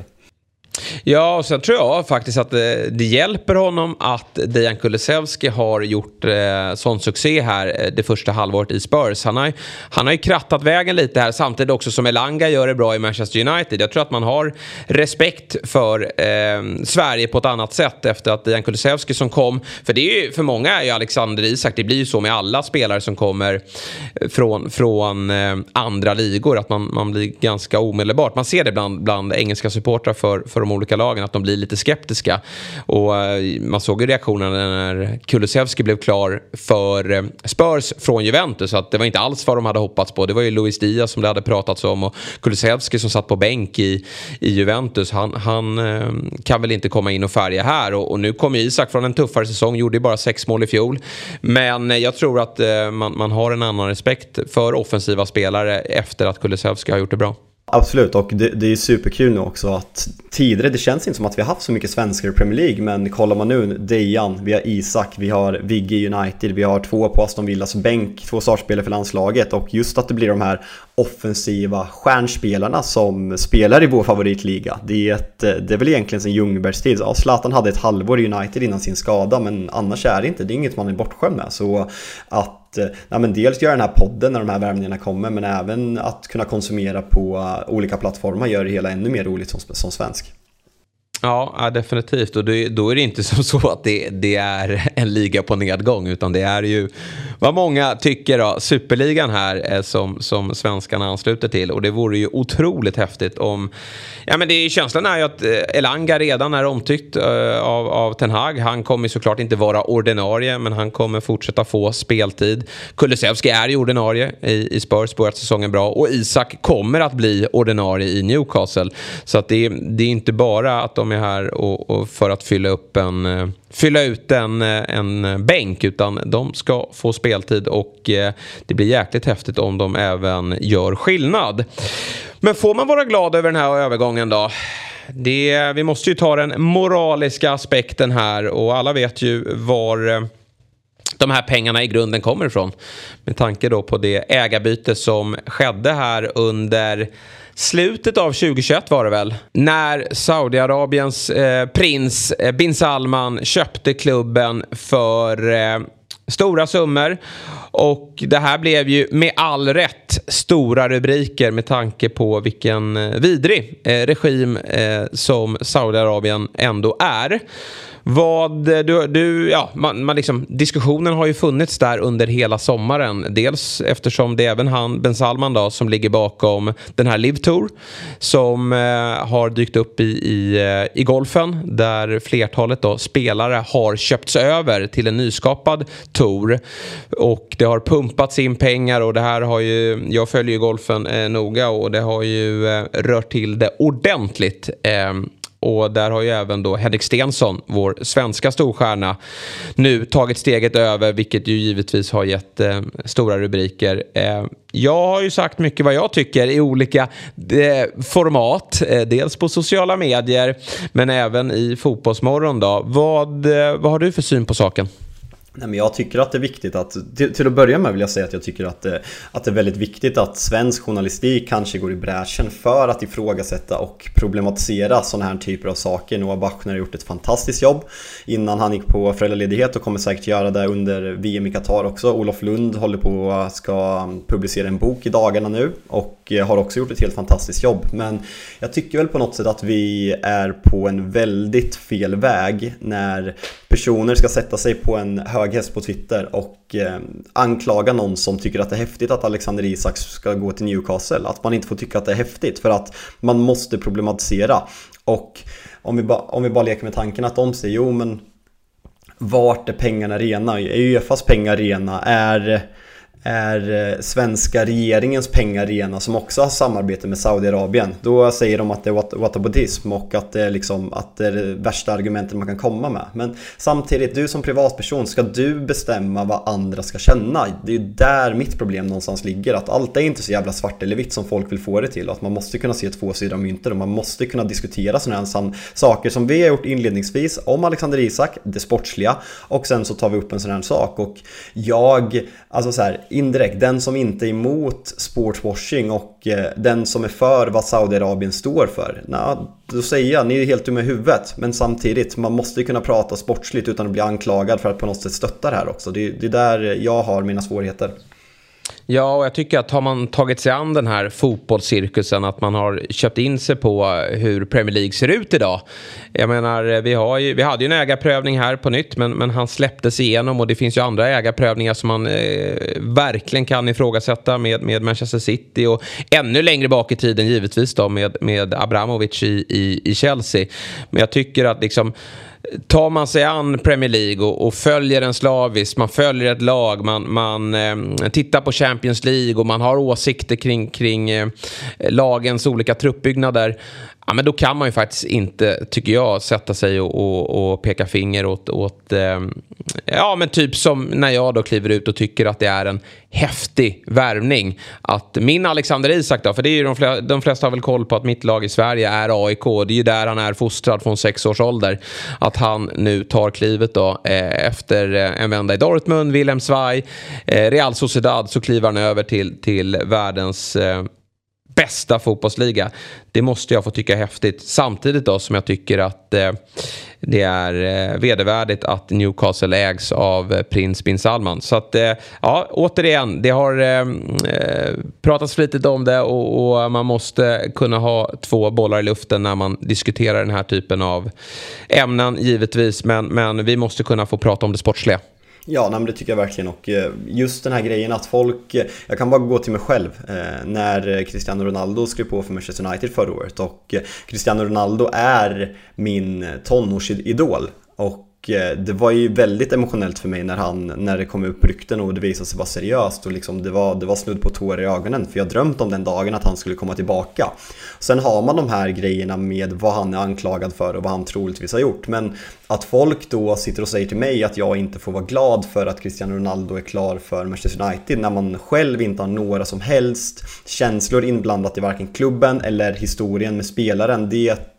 Ja, och sen tror jag faktiskt att det, det hjälper honom att Dejan Kulusevski har gjort eh, sån succé här eh, det första halvåret i Spurs. Han har, han har ju krattat vägen lite här, samtidigt också som Elanga gör det bra i Manchester United. Jag tror att man har respekt för eh, Sverige på ett annat sätt efter att Dejan Kulusevski som kom. För det är ju, för många är ju Alexander Isak, det blir ju så med alla spelare som kommer från, från eh, andra ligor, att man, man blir ganska omedelbart. Man ser det bland, bland engelska supportrar för, för de olika lagen, att de blir lite skeptiska, och uh, man såg ju reaktionerna när Kulusevski blev klar för uh, Spurs från Juventus, så att det var inte alls vad de hade hoppats på. Det var ju Luis Diaz som det hade pratats om, och Kulusevski som satt på bänk i, i Juventus, han, han uh, kan väl inte komma in och färga här, och, och nu kommer Isak från en tuffare säsong, gjorde ju bara sex mål i fjol, men uh, jag tror att uh, man, man har en annan respekt för offensiva spelare efter att Kulusevski har gjort det bra. Absolut, och det, det är superkul nu också att tidigare, det känns inte som att vi har haft så mycket svenskar i Premier League, men kollar man nu, Dejan, vi har Isak, vi har Vigge United, vi har två på Aston Villas bänk, två startspelare för landslaget, och just att det blir de här offensiva stjärnspelarna som spelar i vår favoritliga. Det är, ett, det är väl egentligen sen Ljungbergs tid. Ja, Zlatan hade ett halvår i United innan sin skada, men annars är det inte, det är inget man är bortskämd med. Så att ja, men dels göra den här podden när de här värvningarna kommer, men även att kunna konsumera på olika plattformar gör det hela ännu mer roligt som, som svensk. Ja, definitivt. Och det, då är det inte som så att det, det är en liga på nedgång, utan det är ju vad många tycker då, superligan här som, som svenskarna ansluter till. Och det vore ju otroligt häftigt om... Ja, men det är, känslan är ju att Elanga redan är omtyckt uh, av, av Ten Hag. Han kommer såklart inte vara ordinarie, men han kommer fortsätta få speltid. Kulusevski är ju ordinarie i, i Spurs, börjat säsongen bra. Och Isak kommer att bli ordinarie i Newcastle. Så att det, det är inte bara att de är här och, och för att fylla upp en... fylla ut en, en bänk, utan de ska få speltid, och eh, det blir jäkligt häftigt om de även gör skillnad. Men får man vara glad över den här övergången då? Det, vi måste ju ta den moraliska aspekten här, och alla vet ju var eh, de här pengarna i grunden kommer ifrån. Med tanke då på det ägarbyte som skedde här under slutet av tjugohundratjugoett var det väl, när Saudiarabiens eh, prins eh, bin Salman köpte klubben för eh, stora summor, och det här blev ju med all rätt stora rubriker med tanke på vilken eh, vidrig eh, regim eh, som Saudiarabien ändå är. Vad du, du ja, man, man liksom, diskussionen har ju funnits där under hela sommaren. Dels eftersom det är även han, Ben Salman då, som ligger bakom den här Live Tour som eh, har dykt upp i, i, i golfen, där flertalet då spelare har köpts över till en nyskapad tour, och det har pumpats in pengar, och det här har ju, jag följer ju golfen eh, noga, och det har ju eh, rört till det ordentligt. eh, och där har ju även då Henrik Stenson, vår svenska storstjärna, nu tagit steget över, vilket ju givetvis har gett eh, stora rubriker. Eh, jag har ju sagt mycket vad jag tycker i olika eh, format, eh, dels på sociala medier men även i Fotbollsmorgon då. Vad, eh, vad har du för syn på saken? Nej, men jag tycker att det är viktigt att, till, till att börja med vill jag säga att jag tycker att det, att det är väldigt viktigt att svensk journalistik kanske går i bräschen för att ifrågasätta och problematisera sådana här typer av saker. Noah Bachner har gjort ett fantastiskt jobb innan han gick på föräldraledighet och kommer säkert göra det under V M i Qatar också. Olof Lund håller på att ska publicera en bok i dagarna nu och har också gjort ett helt fantastiskt jobb. Men jag tycker väl på något sätt att vi är på en väldigt fel väg när personer ska sätta sig på en hög häst på Twitter och eh, anklaga någon som tycker att det är häftigt att Alexander Isak ska gå till Newcastle. Att man inte får tycka att det är häftigt för att man måste problematisera. Och om vi, ba, om vi bara leker med tanken att de säger, jo men vart är pengarna rena? Är UEFAs pengar rena? Är... är svenska regeringens pengar rena som också har samarbete med Saudiarabien? Då säger de att det är whataboutism och att det är, liksom, att det är det värsta argumentet man kan komma med. Men samtidigt, du som privatperson, ska du bestämma vad andra ska känna? Det är ju där mitt problem någonstans ligger, att allt är inte så jävla svart eller vitt som folk vill få det till, att man måste kunna se två sidor av myntet och man måste kunna diskutera sådana här saker som vi har gjort inledningsvis om Alexander Isak, det sportsliga, och sen så tar vi upp en sån här sak. Och jag, alltså så här, indirekt, den som inte är emot sportswashing och eh, den som är för vad Saudiarabien står för, na, då säger jag, ni är helt dumma i huvudet. Men samtidigt, man måste ju kunna prata sportsligt utan att bli anklagad för att på något sätt stötta det här också. Det, det är där jag har mina svårigheter. Ja, och jag tycker att har man tagit sig an den här fotbollscirkusen, att man har köpt in sig på hur Premier League ser ut idag. Jag menar, vi, har ju, vi hade ju en ägarprövning här på nytt, men, men han släpptes igenom, och det finns ju andra ägarprövningar som man eh, verkligen kan ifrågasätta med, med Manchester City, och ännu längre bak i tiden givetvis då med, med Abramovich i, i, i Chelsea. Men jag tycker att liksom, tar man sig an Premier League och, och följer en slaviskt, man följer ett lag, man, man eh, tittar på Champions League och man har åsikter kring, kring eh, lagens olika truppbyggnader, ja, men då kan man ju faktiskt inte, tycker jag, sätta sig och, och, och peka finger åt, åt eh, ja men typ som när jag då kliver ut och tycker att det är en häftig värvning att min Alexander Isak då, för det är ju de flesta, de flesta har väl koll på att mitt lag i Sverige är A I K, det är ju där han är fostrad från sex års ålder, att han nu tar klivet då eh, efter en vända i Dortmund, Wilhelm Zweig, eh, Real Sociedad, så kliver han över till, till världens eh, bästa fotbollsliga. Det måste jag få tycka är häftigt. Samtidigt då som jag tycker att eh, det är eh, vedervärdigt att Newcastle ägs av eh, prins bin Salman. Så att, eh, ja, återigen, det har eh, pratats flitigt om det, och, och man måste kunna ha två bollar i luften när man diskuterar den här typen av ämnen, givetvis. Men, men vi måste kunna få prata om det sportsliga. Ja, nej, men det tycker jag verkligen. Och just den här grejen att folk, jag kan bara gå till mig själv eh, när Cristiano Ronaldo skrev på för Manchester United förra året, och Cristiano Ronaldo är min tonårsidol, och det var ju väldigt emotionellt för mig när, han, när det kom upp rykten och det visade sig vara seriöst, och liksom det, var, det var snudd på tår i ögonen, för jag drömt om den dagen att han skulle komma tillbaka. Sen har man de här grejerna med vad han är anklagad för och vad han troligtvis har gjort, men att folk då sitter och säger till mig att jag inte får vara glad för att Cristiano Ronaldo är klar för Manchester United, när man själv inte har några som helst känslor inblandat i varken klubben eller historien med spelaren, det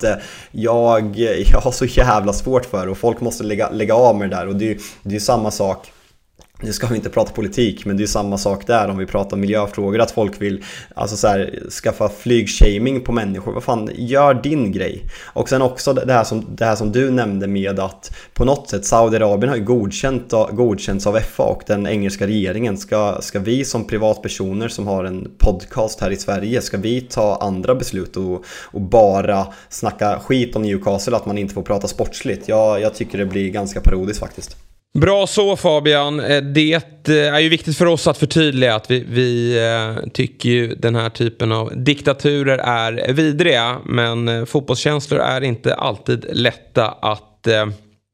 jag, jag har så jävla svårt för, och folk måste lägga, lägga av med det där. Och det är, det är samma sak. Nu ska vi inte prata politik, men det är samma sak där om vi pratar miljöfrågor, att folk vill alltså så här, skaffa flygshaming på människor. Vad fan, gör din grej. Och sen också det här som, det här som du nämnde med att på något sätt Saudiarabien har ju godkänt, godkänts av F A och den engelska regeringen. Ska, ska vi som privatpersoner som har en podcast här i Sverige, ska vi ta andra beslut och, och bara snacka skit om Newcastle, att man inte får prata sportsligt? Jag, jag tycker det blir ganska parodiskt faktiskt. Bra så, Fabian. Det är ju viktigt för oss att förtydliga att vi, vi tycker ju den här typen av diktaturer är vidriga, men fotbollskänslor är inte alltid lätta att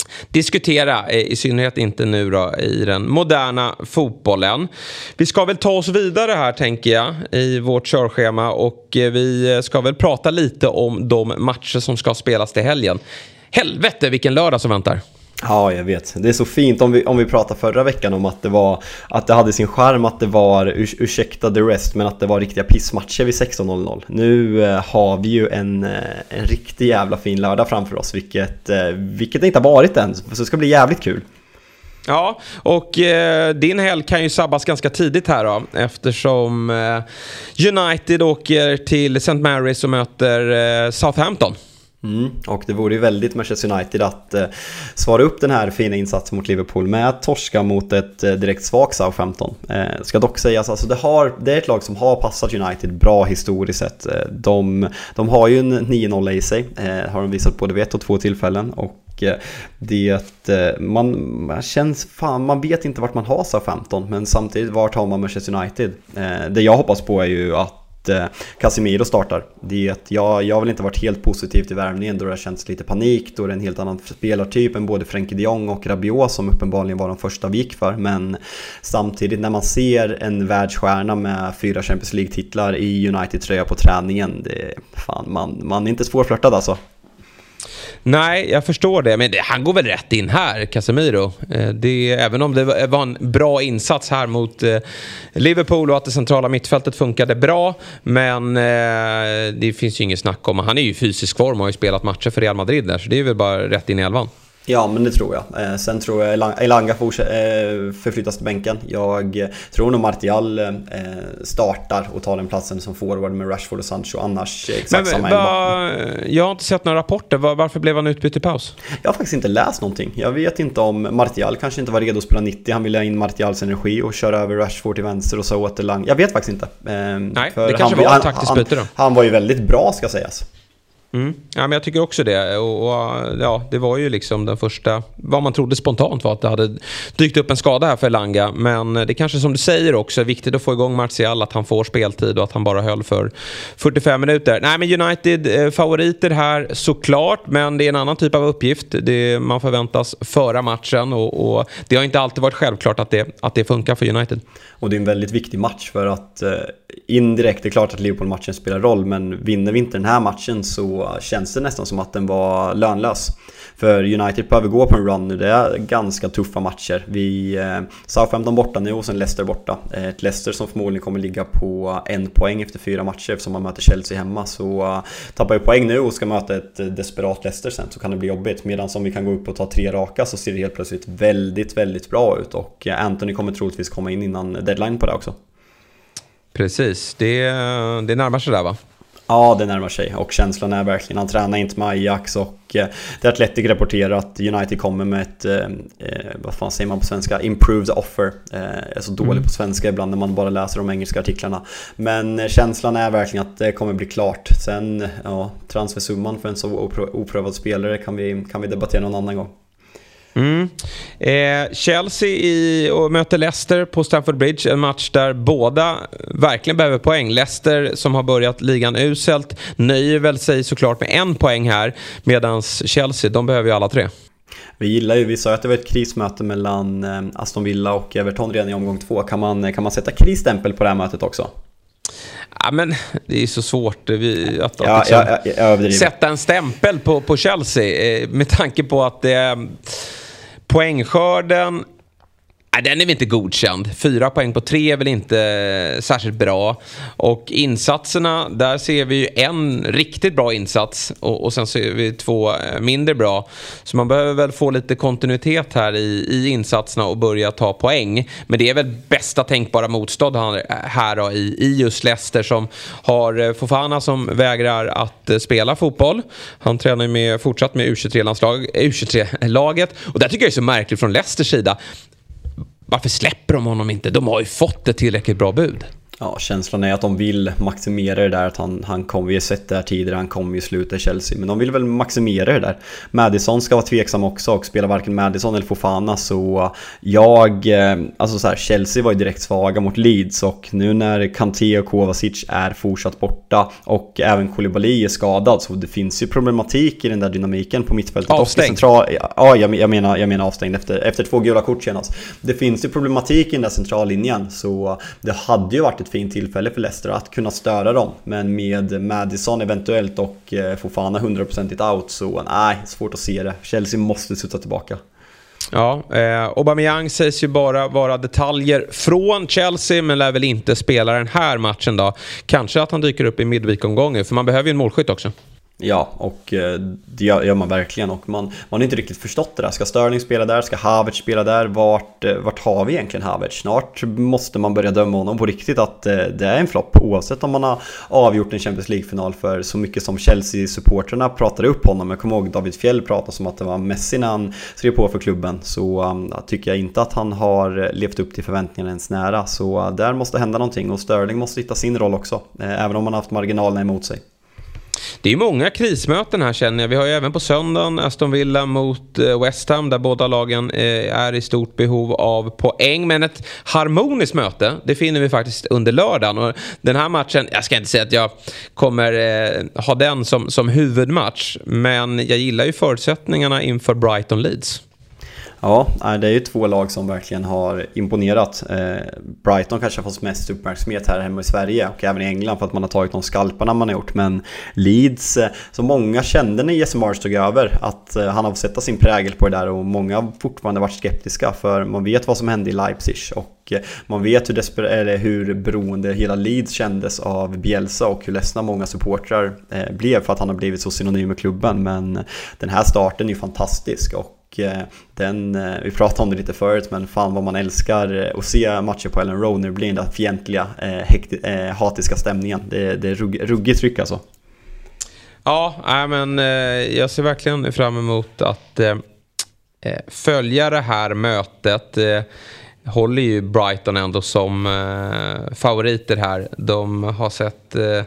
diskutera, i synnerhet inte nu då i den moderna fotbollen. Vi ska väl ta oss vidare här, tänker jag, i vårt körschema, och vi ska väl prata lite om de matcher som ska spelas till helgen. Helvete, vilken lördag som väntar. Ja, jag vet. Det är så fint om vi, om vi pratade förra veckan om att det var att det hade sin charm, att det var, ur, ursäkta the rest, men att det var riktiga pissmatcher vid sexton noll noll. Nu eh, har vi ju en, en riktig jävla fin lördag framför oss, vilket, eh, vilket det inte har varit än, så det ska bli jävligt kul. Ja, och eh, din helg kan ju sabbas ganska tidigt här då, eftersom eh, United åker till Saint Mary's och möter eh, Southampton. Mm, och det vore ju väldigt Manchester United att eh, svara upp den här fina insatsen mot Liverpool med att torska mot ett eh, direkt svagt Southampton. Eh, ska dock sägas, alltså det, har, det är ett lag som har passat United bra historiskt sett. Eh, de, de har ju en nio noll i sig, eh, har de visat både vid ett och två tillfällen, och eh, det eh, man, man känns fan, man vet inte vart man har Southampton, men samtidigt vart har man Manchester United. Eh, det jag hoppas på är ju att Casemiro startar. Det är att jag, jag har väl inte varit helt positiv till värvningen, då det har känts lite panik, då det är en helt annan spelartyp än både Frenkie de Jong och Rabiot som uppenbarligen var de första vi gick för. Men samtidigt, när man ser en världsstjärna med fyra Champions League-titlar i United-tröja på träningen, det, fan, man, man är inte svårflörtad alltså. Nej, jag förstår det, men det, han går väl rätt in här, Casemiro. Eh, det, även om det var en bra insats här mot eh, Liverpool och att det centrala mittfältet funkade bra, men eh, det finns ju inget snack om. Han är ju i fysisk form och har ju spelat matcher för Real Madrid där, så det är väl bara rätt in i elvan. Ja, men det tror jag. Eh, sen tror jag Elanga fortsätter, eh, förflyttas till bänken. Jag eh, tror nog Martial eh, startar och tar den platsen som forward med Rashford och Sancho. Annars exakt men, samma va, jag har inte sett några rapporter. Va, varför blev han utbytt i paus? Jag har faktiskt inte läst någonting. Jag vet inte om Martial kanske inte var redo att spela nittio. Han ville ha in Martials energi och köra över Rashford till vänster och så åt Elanga. Jag vet faktiskt inte. Eh, Nej, det kanske var ett taktiskt byte då. Han, han var ju väldigt bra, ska sägas. Mm. Ja, men jag tycker också det, och, och ja, det var ju liksom den första, vad man trodde spontant var att det hade dykt upp en skada här för Elanga, men det kanske, som du säger, också är viktigt att få igång Martial, att han får speltid och att han bara höll för fyrtiofem minuter. Nej, men United eh, favoriter här såklart, men det är en annan typ av uppgift. Det, man förväntas föra matchen, och, och det har inte alltid varit självklart att det, att det funkar för United. Och det är en väldigt viktig match, för att eh, indirekt, det är klart att Liverpool-matchen spelar roll, men vinner vi inte den här matchen så känns det nästan som att den var lönlös. För United behöver gå på en run nu. Det är ganska tuffa matcher. Vi eh, Southampton borta nu och sen Leicester borta. Ett Leicester som förmodligen kommer ligga på en poäng efter fyra matcher, eftersom man möter Chelsea hemma. Så uh, tappar vi poäng nu och ska möta ett desperat Leicester sen, så kan det bli jobbigt. Medan om vi kan gå upp och ta tre raka, så ser det helt plötsligt väldigt, väldigt bra ut. Och Anthony kommer troligtvis komma in innan deadline på det också. Precis, det, det närmar sig där, va? Ja, det närmar sig, och känslan är verkligen, han tränar inte med Ajax, och eh, The Athletic rapporterar att United kommer med ett eh, vad fan säger man på svenska, improved offer. eh, Jag är så dålig mm. på svenska ibland när man bara läser de engelska artiklarna, men eh, känslan är verkligen att det kommer bli klart. Sen, ja, transfersumman för en så oprö- oprövad spelare kan vi, kan vi debattera någon annan gång. Mm. Eh, Chelsea i, och möter Leicester på Stamford Bridge, en match där båda verkligen behöver poäng. Leicester, som har börjat ligan uselt, nöjer väl sig såklart med en poäng här, medan Chelsea, de behöver ju alla tre. Vi gillar ju, vi sa att det var ett krismöte mellan eh, Aston Villa och Everton redan i omgång två. Kan man, kan man sätta krisstämpel på det här mötet också? Ja, men det är så svårt vi, att, ja, att liksom ja, ja, ja, sätta en stämpel på, på Chelsea, eh, med tanke på att det är poängskörden. Nej, den är väl inte godkänd. Fyra poäng på tre är väl inte särskilt bra. Och insatserna, där ser vi ju en riktigt bra insats, och, och sen ser vi två mindre bra. Så man behöver väl få lite kontinuitet här i, i insatserna och börja ta poäng. Men det är väl bästa tänkbara motstånd här då, i, i just Leicester, som har Fofana som vägrar att spela fotboll. Han tränar med, fortsatt med U tjugotre-landslag, U tjugotre-laget. Och det tycker jag är så märkligt från Leicesters sida. Varför släpper de honom inte? De har ju fått ett tillräckligt bra bud. Ja, känslan är att de vill maximera det där, att han, han kommer, vi har sett det här tidigare, han kommer ju sluta i Chelsea, men de vill väl maximera det där. Madison ska vara tveksam också och spela varken Madison eller Fofana, så jag, alltså så här, Chelsea var ju direkt svaga mot Leeds, och nu när Kanté och Kovacic är fortsatt borta och även Koulibaly är skadad, så det finns ju problematik i den där dynamiken på mittfältet. Avstängd. Central, ja, jag, jag, menar, jag menar avstängd efter, efter två gula kort senast. Det finns ju problematik i den där centrallinjen, så det hade ju varit ett fint tillfälle för Leicester att kunna störa dem, men med Madison eventuellt och Fofana hundra procent out, så nej, svårt att se det. Chelsea måste sutta tillbaka. Ja, eh, Aubameyang sägs ju bara vara detaljer från Chelsea, men lär väl inte spela den här matchen då. Kanske att han dyker upp i midweek-omgången, för man behöver ju en målskytt också. Ja, och det gör man verkligen, och man, man har inte riktigt förstått det där. Ska Sterling spela där? Ska Havertz spela där? Vart, vart har vi egentligen Havertz? Snart måste man börja döma honom på riktigt att det är en flopp, oavsett om man har avgjort en Champions League-final. För så mycket som Chelsea-supporterna pratade upp honom, jag kommer ihåg David Fjell pratade som att det var Messi när han skrev på för klubben, så um, tycker jag inte att han har levt upp till förväntningarna ens nära. Så uh, där måste hända någonting, och Sterling måste hitta sin roll också, eh, även om man har haft marginalerna emot sig. Det är många krismöten här, känner jag. Vi har ju även på söndagen Aston Villa mot West Ham, där båda lagen är i stort behov av poäng. Men ett harmoniskt möte, det finner vi faktiskt under lördagen. Och den här matchen, jag ska inte säga att jag kommer eh, ha den som, som huvudmatch, men jag gillar ju förutsättningarna inför Brighton Leeds. Ja, det är ju två lag som verkligen har imponerat. Brighton kanske har fått mest uppmärksamhet här hemma i Sverige och även i England för att man har tagit de skalparna man har gjort. Men Leeds, så många kände när Jesse Marsch tog över att han har fått sätta sin prägel på det där, och många har fortfarande varit skeptiska, för man vet vad som hände i Leipzig och man vet hur, desper- eller hur beroende hela Leeds kändes av Bielsa och hur ledsna många supportrar blev för att han har blivit så synonym med klubben. Men den här starten är ju fantastisk, och den, vi pratade om det lite förut, men fan vad man älskar att se matcher på Ellen Road när det blir den där fientliga, hekti, hatiska stämningen. Det, det är rugg, ruggigt tryck alltså. Ja, äh, men jag ser verkligen fram emot att äh, följa det här mötet. Äh, håller ju Brighton ändå som äh, favoriter här. De har sett äh,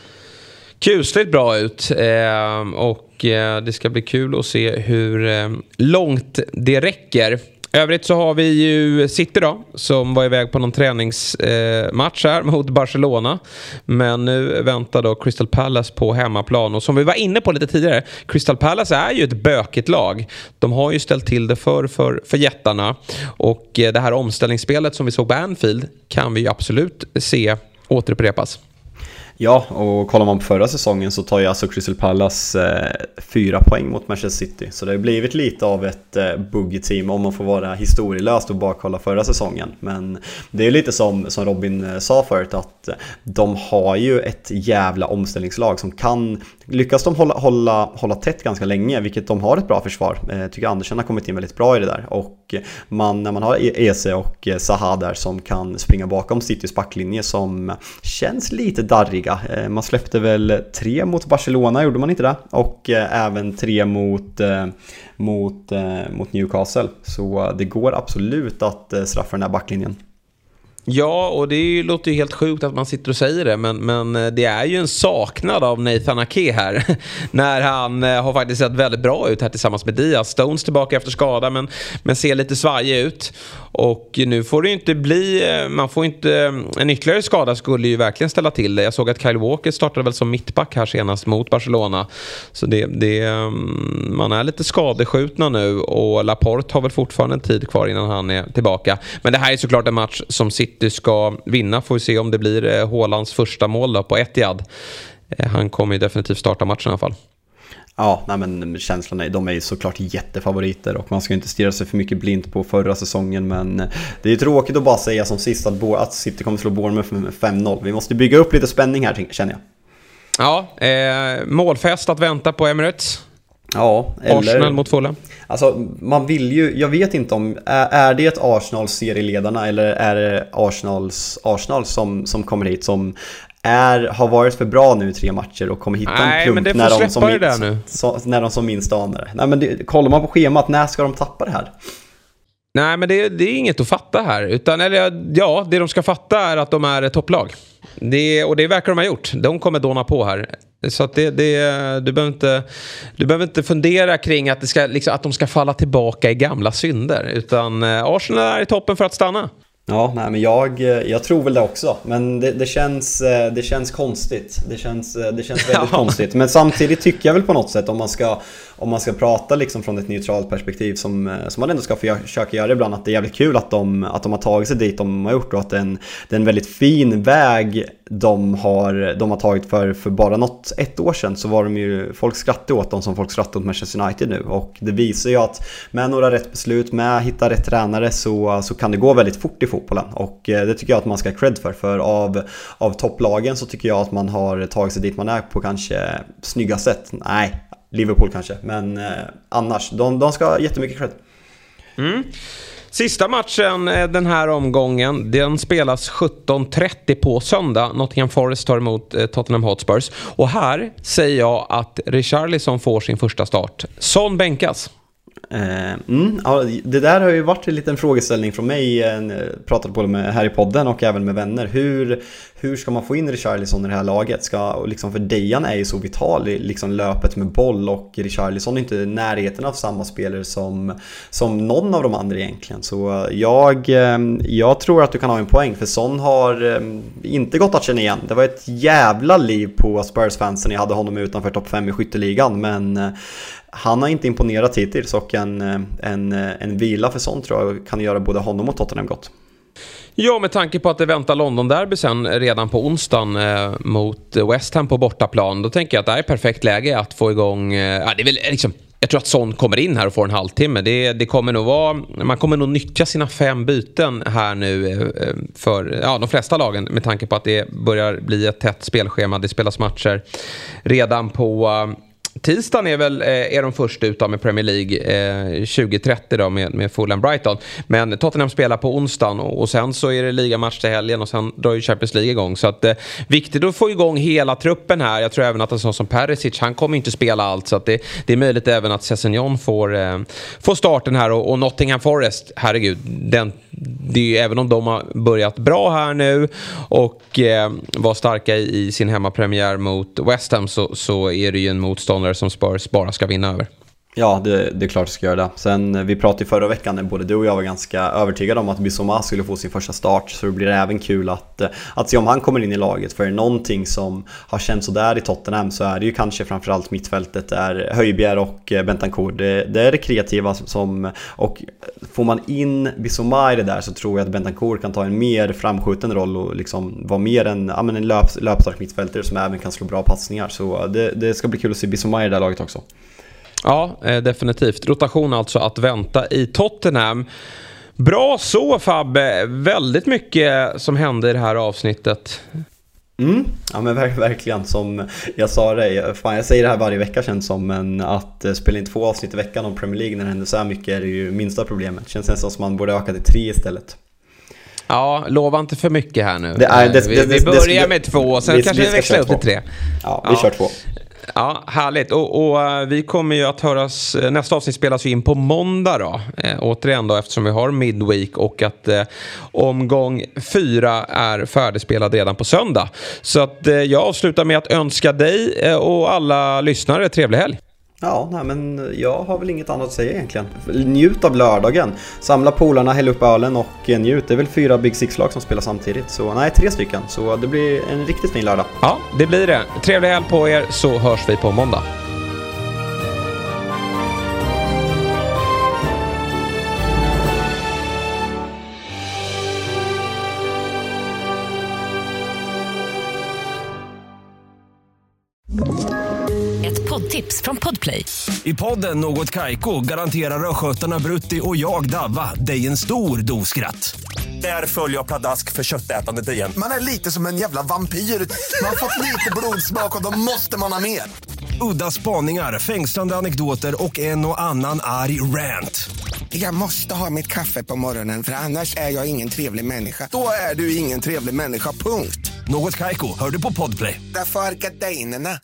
kusligt bra ut, äh, och det ska bli kul att se hur eh, långt det räcker. Övrigt så har vi ju City då, som var iväg på någon träningsmatch eh, här mot Barcelona. Men nu väntar då Crystal Palace på hemmaplan. Och som vi var inne på lite tidigare, Crystal Palace är ju ett bökigt lag. De har ju ställt till det för, för, för jättarna. Och eh, det här omställningsspelet som vi såg på Anfield kan vi ju absolut se återupprepas. Ja, och kollar man på förra säsongen så tar ju alltså Crystal Palace eh, fyra poäng mot Manchester City. Så det har blivit lite av ett eh, buggy-team om man får vara historielöst och bara kolla förra säsongen. Men det är lite som, som Robin eh, sa förut, att eh, de har ju ett jävla omställningslag som kan, lyckas de hålla, hålla, hålla tätt ganska länge, vilket de har ett bra försvar. Jag eh, tycker Andersen har kommit in väldigt bra i det där. Och man, när man har E C och eh, Zaha där som kan springa bakom Citys backlinje som känns lite darrig. Man släppte väl tre mot Barcelona, gjorde man inte det? Och eh, även tre mot, eh, mot, eh, mot Newcastle. Så det går absolut att eh, straffa den här backlinjen. Ja, och det är ju, låter ju helt sjukt att man sitter och säger det, men, men det är ju en saknad av Nathan Ake här. När han eh, har faktiskt sett väldigt bra ut här tillsammans med Diaz. Stones tillbaka efter skada, men, men ser lite svajig ut. Och nu får det ju inte bli, man får inte, en ytterligare skada skulle ju verkligen ställa till det. Jag såg att Kyle Walker startade väl som mittback här senast mot Barcelona. Så det, det, man är lite skadeskjutna nu, och Laporte har väl fortfarande en tid kvar innan han är tillbaka. Men det här är såklart en match som City ska vinna. Får vi se om det blir Haalands första mål då på Etihad. Han kommer ju definitivt starta matchen i alla fall. Ja, nej men känslan är, de är ju såklart jättefavoriter, och man ska inte stirra sig för mycket blint på förra säsongen, men det är ju tråkigt att bara säga som sist att, Bo- att City kommer slå Bournemouth med fem noll. Vi måste bygga upp lite spänning här, känner jag. Ja, eh, målfest att vänta på Emirates. Ja, eller Arsenal mot Fulham. Alltså man vill ju, jag vet inte om är, är det ett Arsenal serieledarna eller är det Arsenals Arsenal som som kommer hit som är har varit för bra nu i tre matcher och kommer hitta Nej, en plump när de som minst, nu. Så, när de som minst anar. Nej, men det, kollar man på schemat, när ska de tappa det här? Nej, men det, det är inget att fatta här. Utan, eller, ja, det de ska fatta är att de är ett topplag. Det, och det verkar de ha gjort. De kommer dåna på här. Så att det, det, du, behöver inte, du behöver inte fundera kring att, det ska, liksom, att de ska falla tillbaka i gamla synder. Utan Arsenal är i toppen för att stanna. Ja, nej, men jag, jag tror väl det också. Men det, det, känns, det känns konstigt. Det känns, det känns väldigt ja. konstigt. Men samtidigt tycker jag väl på något sätt, om man ska, om man ska prata liksom från ett neutralt perspektiv, som, som man ändå ska försöka göra ibland, att det är jävligt kul att de, att de har tagit sig dit de har gjort, och att det är en, det är en väldigt fin väg de har, de har tagit. För, för bara något, ett år sedan så var de ju, folk skrattade åt dem som folk skrattar åt Manchester United nu. Och det visar ju att med några rätt beslut, med att hitta rätt tränare, så, så kan det gå väldigt fort i fotbollen. Och det tycker jag att man ska ha cred för. För av, av topplagen så tycker jag att man har tagit sig dit man är på kanske snygga sätt. Nej, Liverpool kanske. Men eh, annars, de, de ska ha jättemycket cred. Mm. Sista matchen den här omgången, den spelas sjutton trettio på söndag. Nottingham Forest tar emot Tottenham Hotspurs. Och här säger jag att Richarlison får sin första start. Son bänkas. Uh, mm, ja, det där har ju varit en liten frågeställning från mig, en, pratat på det med här i podden och även med vänner. Hur, hur ska man få in Richarlison i det här laget? Ska, och liksom, för Dejan är ju så vital i liksom löpet med boll, och Richarlison är inte i närheten av samma spelare som, som någon av de andra egentligen. Så jag, jag tror att du kan ha en poäng, för Son har inte gått att känna igen. Det var ett jävla liv på Spurs-fansen. Jag hade honom utanför topp fem i skytteligan, men han har inte imponerat hittills, och en, en, en vila för sånt tror jag kan göra både honom och Tottenham gott. Ja, med tanke på att det väntar London-derby sen redan på onsdagen eh, mot West Ham på bortaplan, då tänker jag att det är ett perfekt läge att få igång, eh, ja, det är väl liksom, jag tror att Son kommer in här och får en halvtimme. Det, det kommer nog vara, man kommer nog nyttja sina fem byten här nu eh, för ja, de flesta lagen, med tanke på att det börjar bli ett tätt spelschema. Det spelas matcher redan på uh, tisdagen är väl är de först ut med Premier League eh, tjugo trettio då med, med Fulham Brighton. Men Tottenham spelar på onsdagen, och, och sen så är det ligamatch till helgen, och sen drar ju Champions League igång. Så att eh, viktigt att få igång hela truppen här. Jag tror även att en sån som Perisic, han kommer inte spela allt, så att det, det är möjligt även att Sessegnon får, eh, får starten här. Och, och Nottingham Forest, herregud, den, det är ju, även om de har börjat bra här nu och eh, var starka i, i sin hemmapremiär mot West Ham, så, så är det ju en motståndare som Spurs bara ska vinna över. Ja, det, det är klart att ska göra det. Sen, vi pratade ju förra veckan när både du och jag var ganska övertygade om att Bissouma skulle få sin första start, så det blir även kul att, att se om han kommer in i laget. För någonting som har känts sådär i Tottenham, så är det ju kanske framförallt mittfältet är Højbjerg och Bentancur. Det, det är det kreativa som, och får man in Bissouma i det där, så tror jag att Bentancur kan ta en mer framskjuten roll och liksom vara mer en, ja, men en löp, löpstark mittfältare som även kan slå bra passningar. Så det, det ska bli kul att se Bissouma i det där laget också. Ja, definitivt. Rotation alltså att vänta i Tottenham. Bra så, Fabbe. Väldigt mycket som hände i det här avsnittet. Mm, ja men verk- verkligen, som jag sa det, fan, jag säger det här varje vecka känns som, men att uh, spela in två avsnitt i veckan om Premier League när det händer så här mycket är det ju minsta problemet. Känns nästan som man borde öka till tre istället. Ja, lova inte för mycket här nu. Det är, det, vi, det, vi börjar det, med två, sen vi, kanske vi växlar upp till tre. Ja, vi ja. kör två. Ja, härligt. Och, och uh, vi kommer ju att höras, nästa avsnitt spelas ju in på måndag då. Eh, återigen då, eftersom vi har midweek, och att eh, omgång fyra är färdigspelad redan på söndag. Så att eh, jag avslutar med att önska dig eh, och alla lyssnare trevlig helg. Ja, nej, men jag har väl inget annat att säga egentligen. Njut av lördagen. Samla polarna, häll upp ölen och njut. Det är väl fyra Big Six-lag som spelar samtidigt. Så nej, tre stycken. Så det blir en riktigt fin lördag. Ja, det blir det. Trevlig helg på er, så hörs vi på måndag. Poddtips från Podplay. I podden Något Kaiko garanterar röskötarna Brutti och jag Davva dig en stor doskratt. Där följer jag pladask för köttätandet igen. Man är lite som en jävla vampyr. Man har fått lite blodsmak och då måste man ha mer. Udda spaningar, fängslande anekdoter och en och annan arg rant. Jag måste ha mitt kaffe på morgonen, för annars är jag ingen trevlig människa. Då är du ingen trevlig människa, punkt. Något Kaiko, hör du på Podplay. Därför är gardinerna.